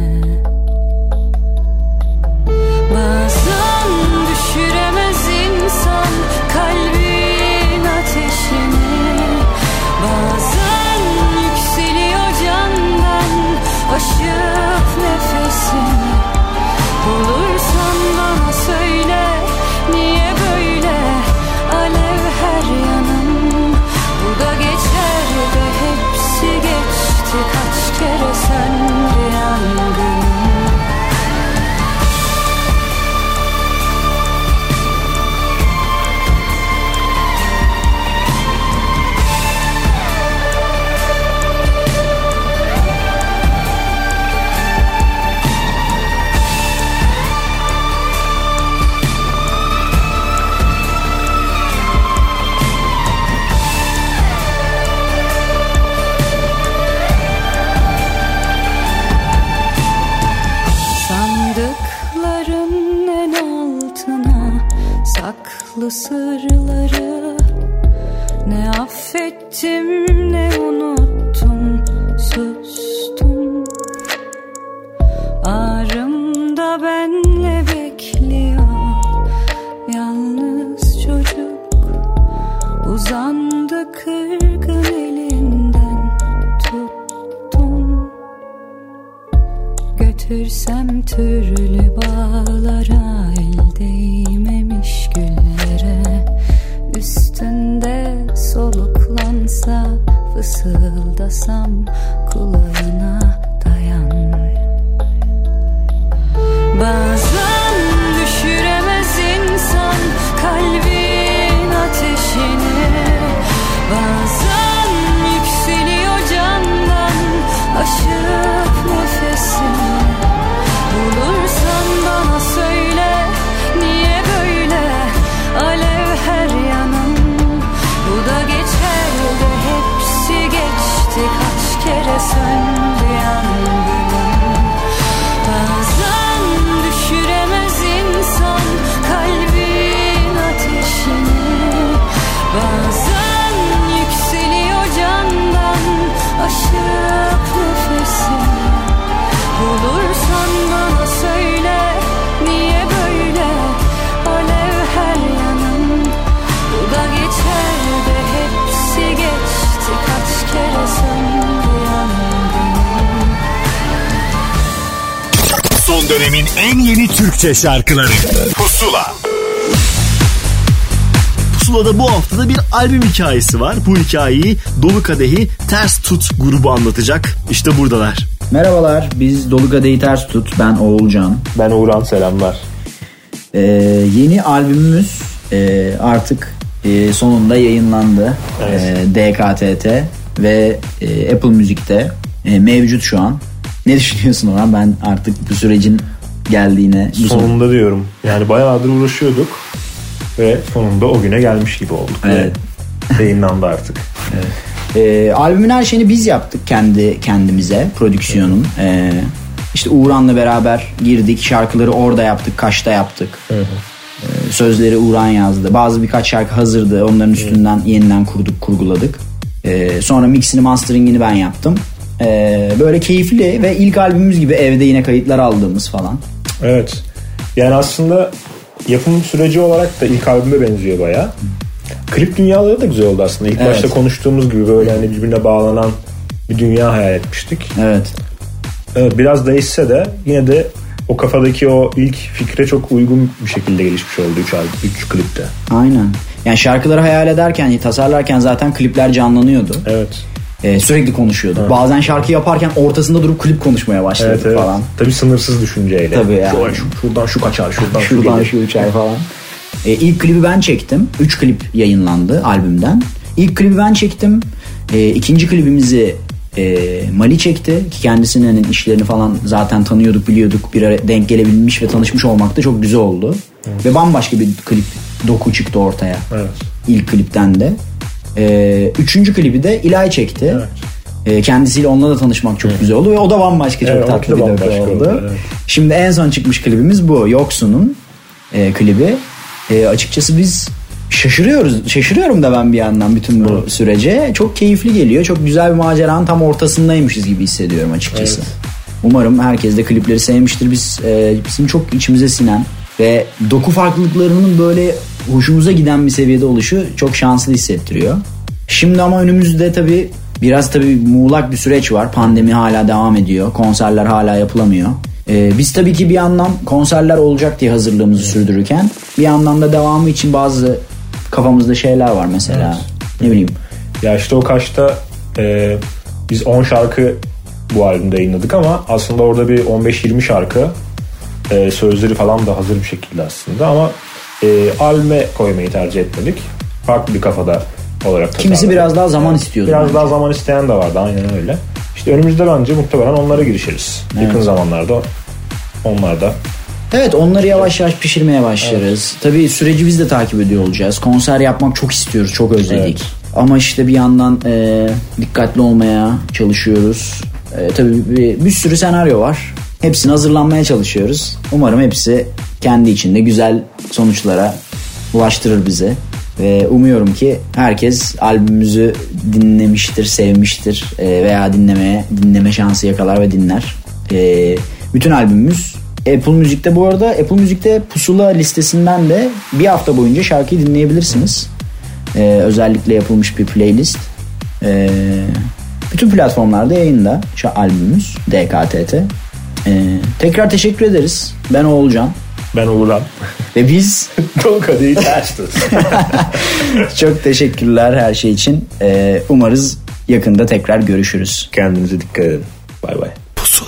Bazen düşüremez insan kalbin ateşini, bazen yükseliyor candan aşıp nefesini. Bulursan bana söyle, niye böyle alev her yanım? Bu da geçer de hepsi geçti, kaç kere söndü yangın. Sırları ne affettim ne unuttum, sustum. Ağrımda benle bekliyor yalnız çocuk, uzandı kırgın elinden tuttum. Götürsem türlü bağlara, el değmemiş güllere, üstünde soluklansa, fısıldasam kulağına dayan. Bazen düşüremez insan kalbin ateşini, bazen yükseliyor candan aşıp nefesini. Bulursan bana söyle, niye böyle alev her yanım? Bu da geçer de hepsi geçti, kaç kere söndü yangınım. Bazen düşüremez insan kalbin ateşini, bazen yükseliyor candan aşıp nefesini. Bulursan bana söyle, niye böyle alev her yanım? Bu da geçer de hepsi geçti, kaç kere söndü yangınım. Son dönemin en yeni Türkçe şarkıları Pusula. Pusula'da bu haftada bir albüm hikayesi var. Bu hikayeyi Dolu Kadehi Ters Tut grubu anlatacak. İşte buradalar. Merhabalar, biz Dolu Kadehi Ters Tut. Ben Oğulcan. Ben Uğran, selamlar. Yeni albümümüz artık sonunda yayınlandı. Evet. DKTT ve Apple Müzik'te mevcut şu an. Ne düşünüyorsun Orhan? Ben artık bu sürecin geldiğine. Sonunda diyorum. Yani bayağıdır uğraşıyorduk ve sonunda o güne gelmiş gibi olduk. Evet. Yayınlandı artık. Evet. Albümün her şeyini biz yaptık kendimize, prodüksiyonun. İşte Uğran'la beraber girdik, şarkıları orada yaptık, Kaş'ta yaptık. Sözleri Uğran yazdı. Birkaç şarkı hazırdı, onların üstünden yeniden kurguladık. Sonra mixini, masteringini ben yaptım. Böyle keyifli ve ilk albümümüz gibi evde yine kayıtlar aldığımız falan. Evet. Yani aslında yapım süreci olarak da ilk albüme benziyor bayağı. Klip dünyaları da güzel oldu aslında. İlk başta konuştuğumuz gibi böyle hani birbirine bağlanan bir dünya hayal etmiştik. Evet. Evet, biraz değişse de yine de o kafadaki o ilk fikre çok uygun bir şekilde gelişmiş oldu 3 klipte. Aynen. Yani şarkıları hayal ederken, tasarlarken zaten klipler canlanıyordu. Evet. Sürekli konuşuyorduk. Evet. Bazen şarkı yaparken ortasında durup klip konuşmaya başladık falan. Tabii sınırsız düşünceyle. Tabii yani. Şuradan şu kaçar, şuradan şu uçar falan. İlk klibi ben çektim. 3 klip yayınlandı albümden. İlk klibi ben çektim. İkinci klibimizi Mali çekti ki kendisinin işlerini falan zaten tanıyorduk, biliyorduk, bir ara denk gelebilmiş ve tanışmış olmak da çok güzel oldu. Evet. Ve bambaşka bir klip doku çıktı ortaya. Evet. İlk klipten de. Üçüncü klibi de İlay çekti. Evet. Kendisiyle onunla da tanışmak çok güzel oldu ve o da bambaşka, çok tatlı bir doku oldu. Evet. Şimdi en son çıkmış klibimiz bu. Yoksun'un klibi. Açıkçası biz şaşırıyorum da ben bir yandan bütün bu sürece. Çok keyifli geliyor. Çok güzel bir maceranın tam ortasındaymışız gibi hissediyorum açıkçası. Evet. Umarım herkes de klipleri sevmiştir. Bizim çok içimize sinen ve doku farklılıklarının böyle hoşumuza giden bir seviyede oluşu çok şanslı hissettiriyor. Şimdi ama önümüzde biraz muğlak bir süreç var. Pandemi hala devam ediyor. Konserler hala yapılamıyor. Biz tabii ki bir yandan konserler olacak diye hazırlığımızı sürdürürken bir yandan da devamı için bazı kafamızda şeyler var mesela. Evet. Ne bileyim. Ya işte o Kaş'ta biz 10 şarkı bu albümde yayınladık ama aslında orada bir 15-20 şarkı sözleri falan da hazır bir şekilde aslında ama albüme koymayı tercih etmedik. Farklı bir kafada olarak tasarladık. Kimisi biraz daha zaman istiyordu. Biraz daha zaman isteyen de vardı, aynen öyle. İşte önümüzde bence muhtemelen onlara girişiriz. Evet. Yakın zamanlarda onlar da. Evet, onları yavaş yavaş pişirmeye başlarız. Evet. Tabii süreci biz de takip ediyor olacağız. Konser yapmak çok istiyoruz, çok özledik. Evet. Ama işte bir yandan dikkatli olmaya çalışıyoruz. Tabii bir sürü senaryo var. Hepsini hazırlanmaya çalışıyoruz. Umarım hepsi kendi içinde güzel sonuçlara ulaştırır bizi. Ve umuyorum ki herkes albümümüzü dinlemiştir, sevmiştir veya dinleme şansı yakalar ve dinler. Bütün albümümüz Apple Müzik'te, bu arada Apple Müzik'te Pusula listesinden de bir hafta boyunca şarkıyı dinleyebilirsiniz. Özellikle yapılmış bir playlist. Bütün platformlarda yayında şu albümümüz DKTT. Tekrar teşekkür ederiz. Ben Oğulcan. Ben Uğran. Ve biz Dolka'yı ters tut. Çok teşekkürler her şey için. Umarız yakında tekrar görüşürüz. Kendinize dikkat edin. Bay bay. Pusula.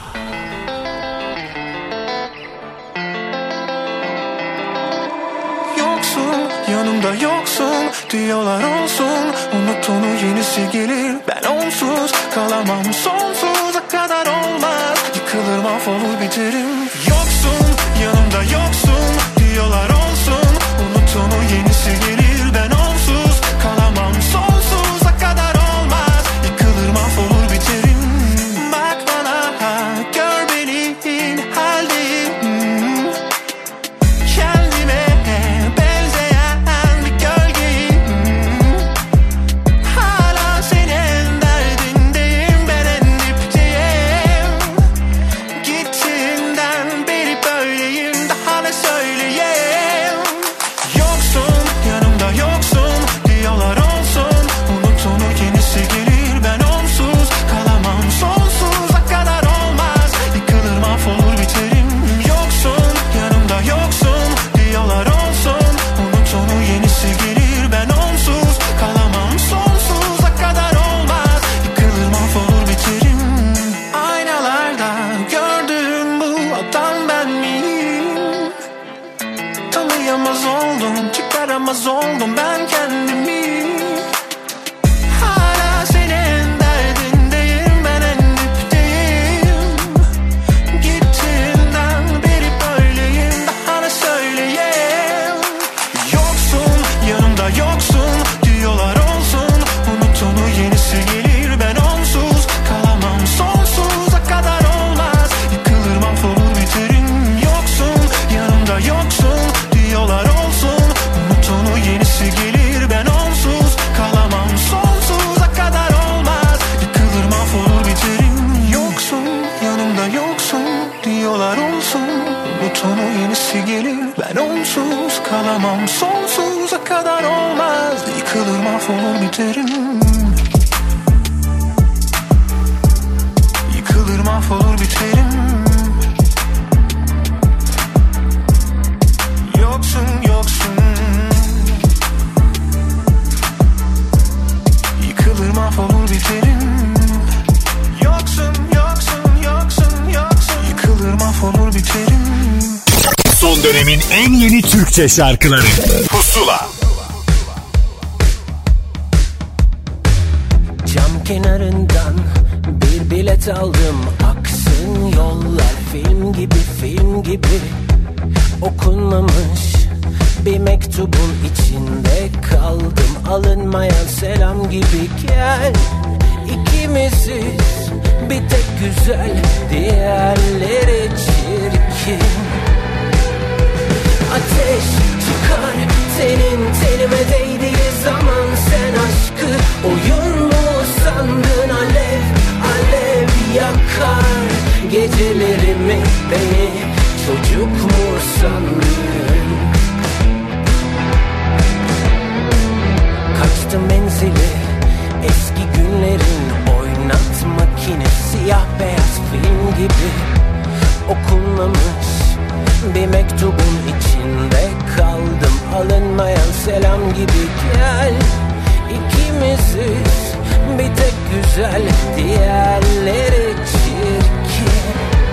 Yoksun, yanımda yoksun, diyorlar olsun. Unut onu, yenisi gelir. Ben onsuz kalamam, sonsuza kadar olmaz. Yıkılır, mahvolur, biterim. Yoksun, yanımda yoksun, diyorlar olsun. Unut onu, yenisi gelir. Ben onsuz kalamam, sonsuza kadar olmaz. Yıkılır, mahvolur, biterim. Bak bana, gör beni haldeyim. Kendime benzeyen bir gölgeyim. Hala senin derdindeyim, ben en dipteyim. Gittiğinden beri böyleyim, daha ne söyleyeyim. mahvolur biterim. Yıkılır mahvolur biterim. Yoksun yoksun. Yıkılır mahvolur biterim. Yoksun yoksun yoksun yoksun. Yıkılır mahvolur biterim. Son dönemin en yeni Türkçe şarkıları Pusula. Cam kenarından bir bilet aldım. Aksın yollar film gibi film gibi. Okunmamış bir mektubun içinde kaldım. Alınmayan selam gibi gel. İkimiziz bir tek güzel, diğerleri çirkin. Ateş çıkar senin tenime değdiği zaman. Sen aşkı oyun mu sandın? Alev alev yakar gecelerimi, beni çocuk mu sandın? Kaçtı menzili eski günlerin oynat makinesi. Siyah beyaz film gibi okunmamış bir mektubun içinde kaldım. Alınmayan selam gibi gel. İkimiziz bir tek güzel, diğerleri çirkin.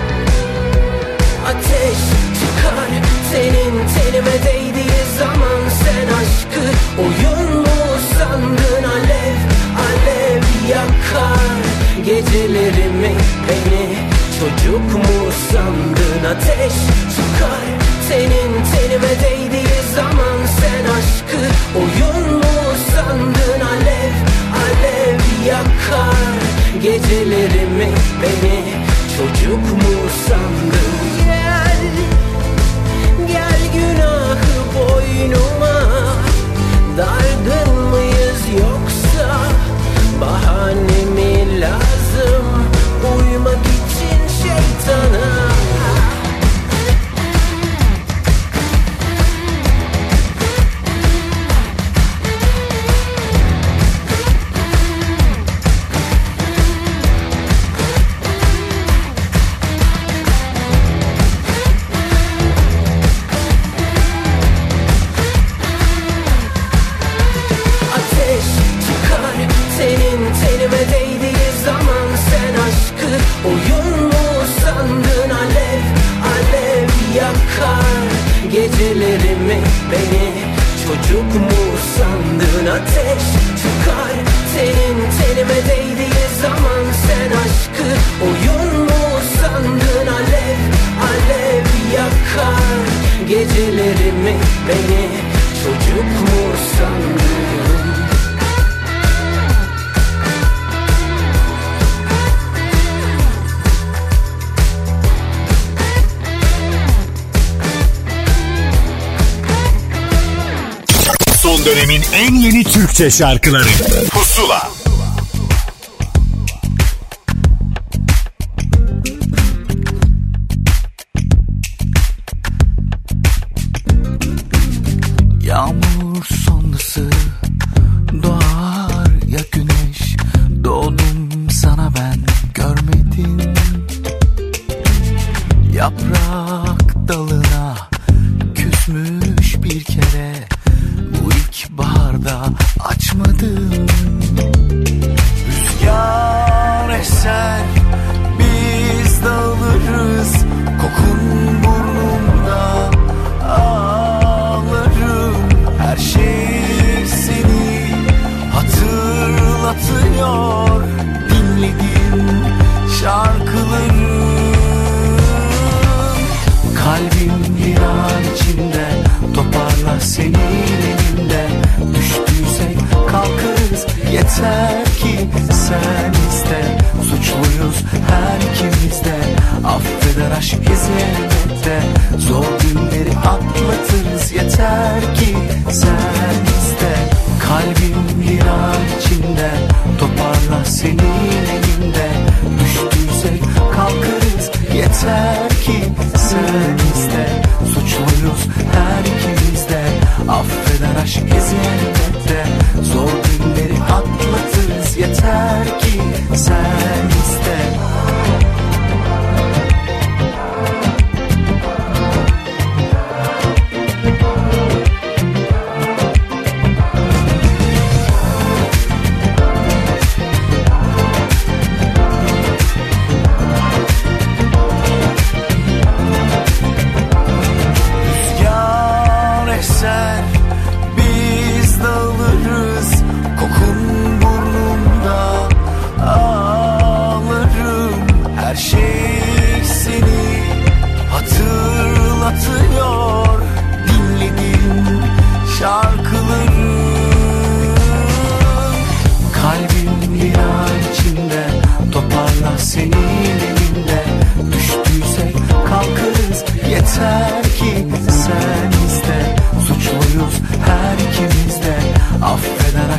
Ateş çıkar senin tenime değdiği zaman. Sen aşkı oyun mu sandın? Alev alev yakar gecelerimi, beni çocuk mu sandın? Ateş çıkar senin tenime değdiği zaman. Sen aşkı oyun mu sandın? Alev alev yakar gecelerimi, beni çocuk mu sandın? Gel, gel günahı boynuma. Dargın mıyız yoksa bahane mi lazım uymak için şeytana? Gecelerimi, beni çocuk mu sandın? Ateş çıkar senin tenime değdiği zaman. Sen aşkı oyun mu sandın? Alev alev yakar gecelerimi, beni çocuk mu sandın? Son dönemin en yeni Türkçe şarkıları Pusula. Yağmur sonrası doğar ya güneş. Doğdum sana ben görmedim. Yaprak dalına küsmüş bir kere. Bu ilkbaharda açmadım. Rüzgar eser, biz dağılırız. Kokun burnumda, ağlarım. Her şey seni hatırlatıyor. Dinlediğim şarkılarım. Kalbim bir an içinde, toparla senin elinde. Düştüysek kalkarız, yeter ki sen iste. Suçluyuz her ikimiz de, affeder aşk bizi elbette. Zor günleri atlatırız, yeter ki sen iste. Kalbim bir an içinde, toparla senin elinde. Düştüysek kalkarız, yeter ki sen iste. Suçluyuz her ikimiz de, affeder aşk bizi elbette. Zor günleri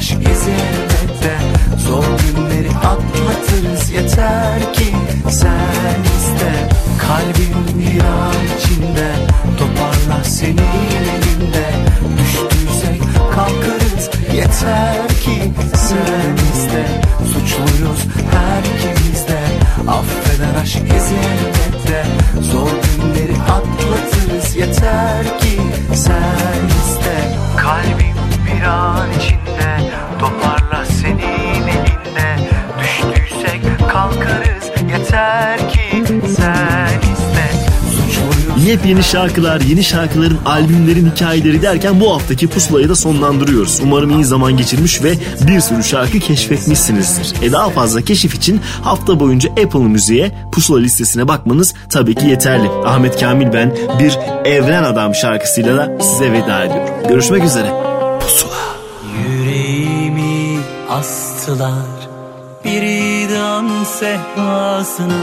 aşk izi elbette. Zor günleri atlatırız yeter ki sen iste. Kalbim bir an içinde, toparla senin elinde. Düştüysek kalkarız yeter ki sen iste. Suçluyuz her ikimiz de, affeder aşk izi elbette. Zor günleri atlatırız yeter ki sen iste. Kalbim bir an içinde, toparla senin elinde. Düştüysek kalkarız yeter ki sen iste. Yepyeni şarkılar, yeni şarkıların, albümlerin hikayeleri derken bu haftaki Pusula'yı da sonlandırıyoruz. Umarım iyi zaman geçirmiş ve bir sürü şarkı keşfetmişsinizdir. Daha fazla keşif için hafta boyunca Apple Müziğe Pusula listesine bakmanız tabii ki yeterli. Ahmet Kamil ben, bir Evren Adam şarkısıyla da size veda ediyorum. Görüşmek üzere. Pusula. Yüreğimi astılar bir idam sehpasına,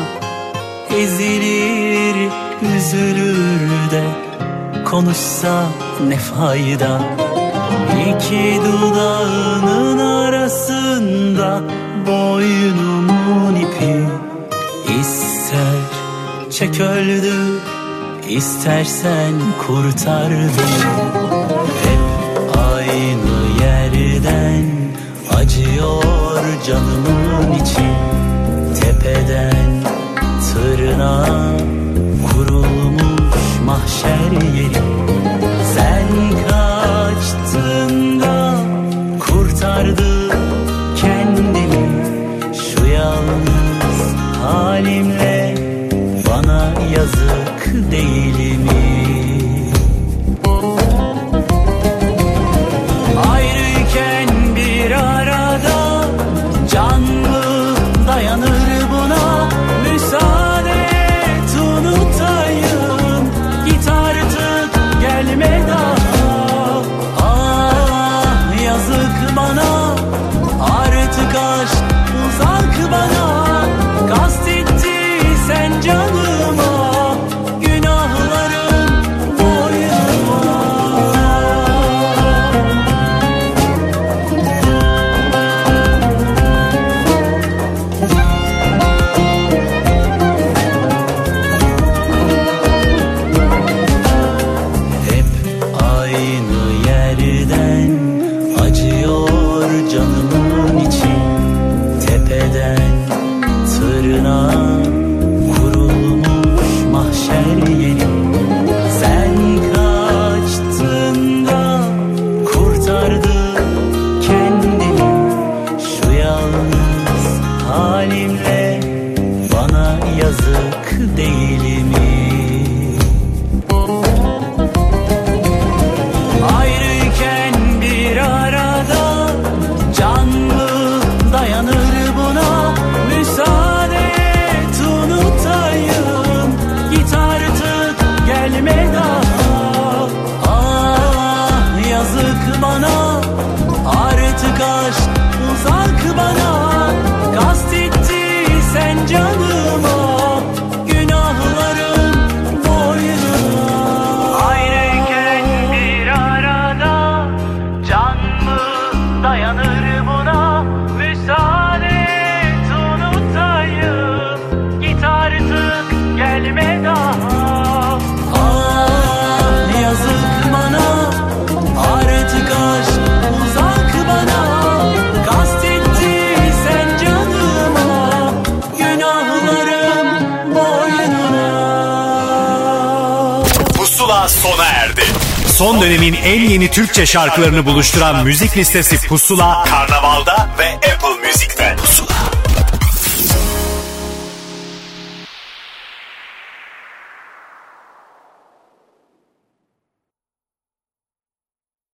ezilir üzülür de konuşsa ne fayda. İki dudağının arasında boynumun ipi. İster çek öldür, istersen kurtar beni. Hep aynı yerden acıyor canımın içi. Tepeden tırnağa kurulmuş mahşer yeri. Sen kaçtığında kurtardım kendimi. Şu yalnız halimle bana yazık değil mi? Ayrıyken bir arada can mı dayanır buna? Müsaade et unutayım, git artık gelme daha. Ah yazık bana, artık aşk uzak bana. Kastettiysen canıma, günahlarım boynuma. Hep aynı yerden acıyor canımın içi. Tepeden tırnağa kurulmuş mahşer yeri. Sen kaçtığında kurtardım kendimi. Şu yalnız halimle bana yazık değil mi? Ayrıyken bir arada can mı dayanır buna? Müsaade et unutayım, git artık gelme daha. Ah yazık bana, artık aşk uzak bana. Kastettiysen canıma, günahlarım boynuma. Ayrıyken bir arada can mı dayanır buna? Müsaade et unutayım, git artık gelme daha. Ah yazık bana, artık aşk uzak bana. Kastettiysen canıma, günahlarım boynuna. Pusula sona erdi. Son dönemin en yeni Türkçe şarkılarını buluşturan müzik listesi Pusula, Karnaval'da ve Apple Music'te. Pusula.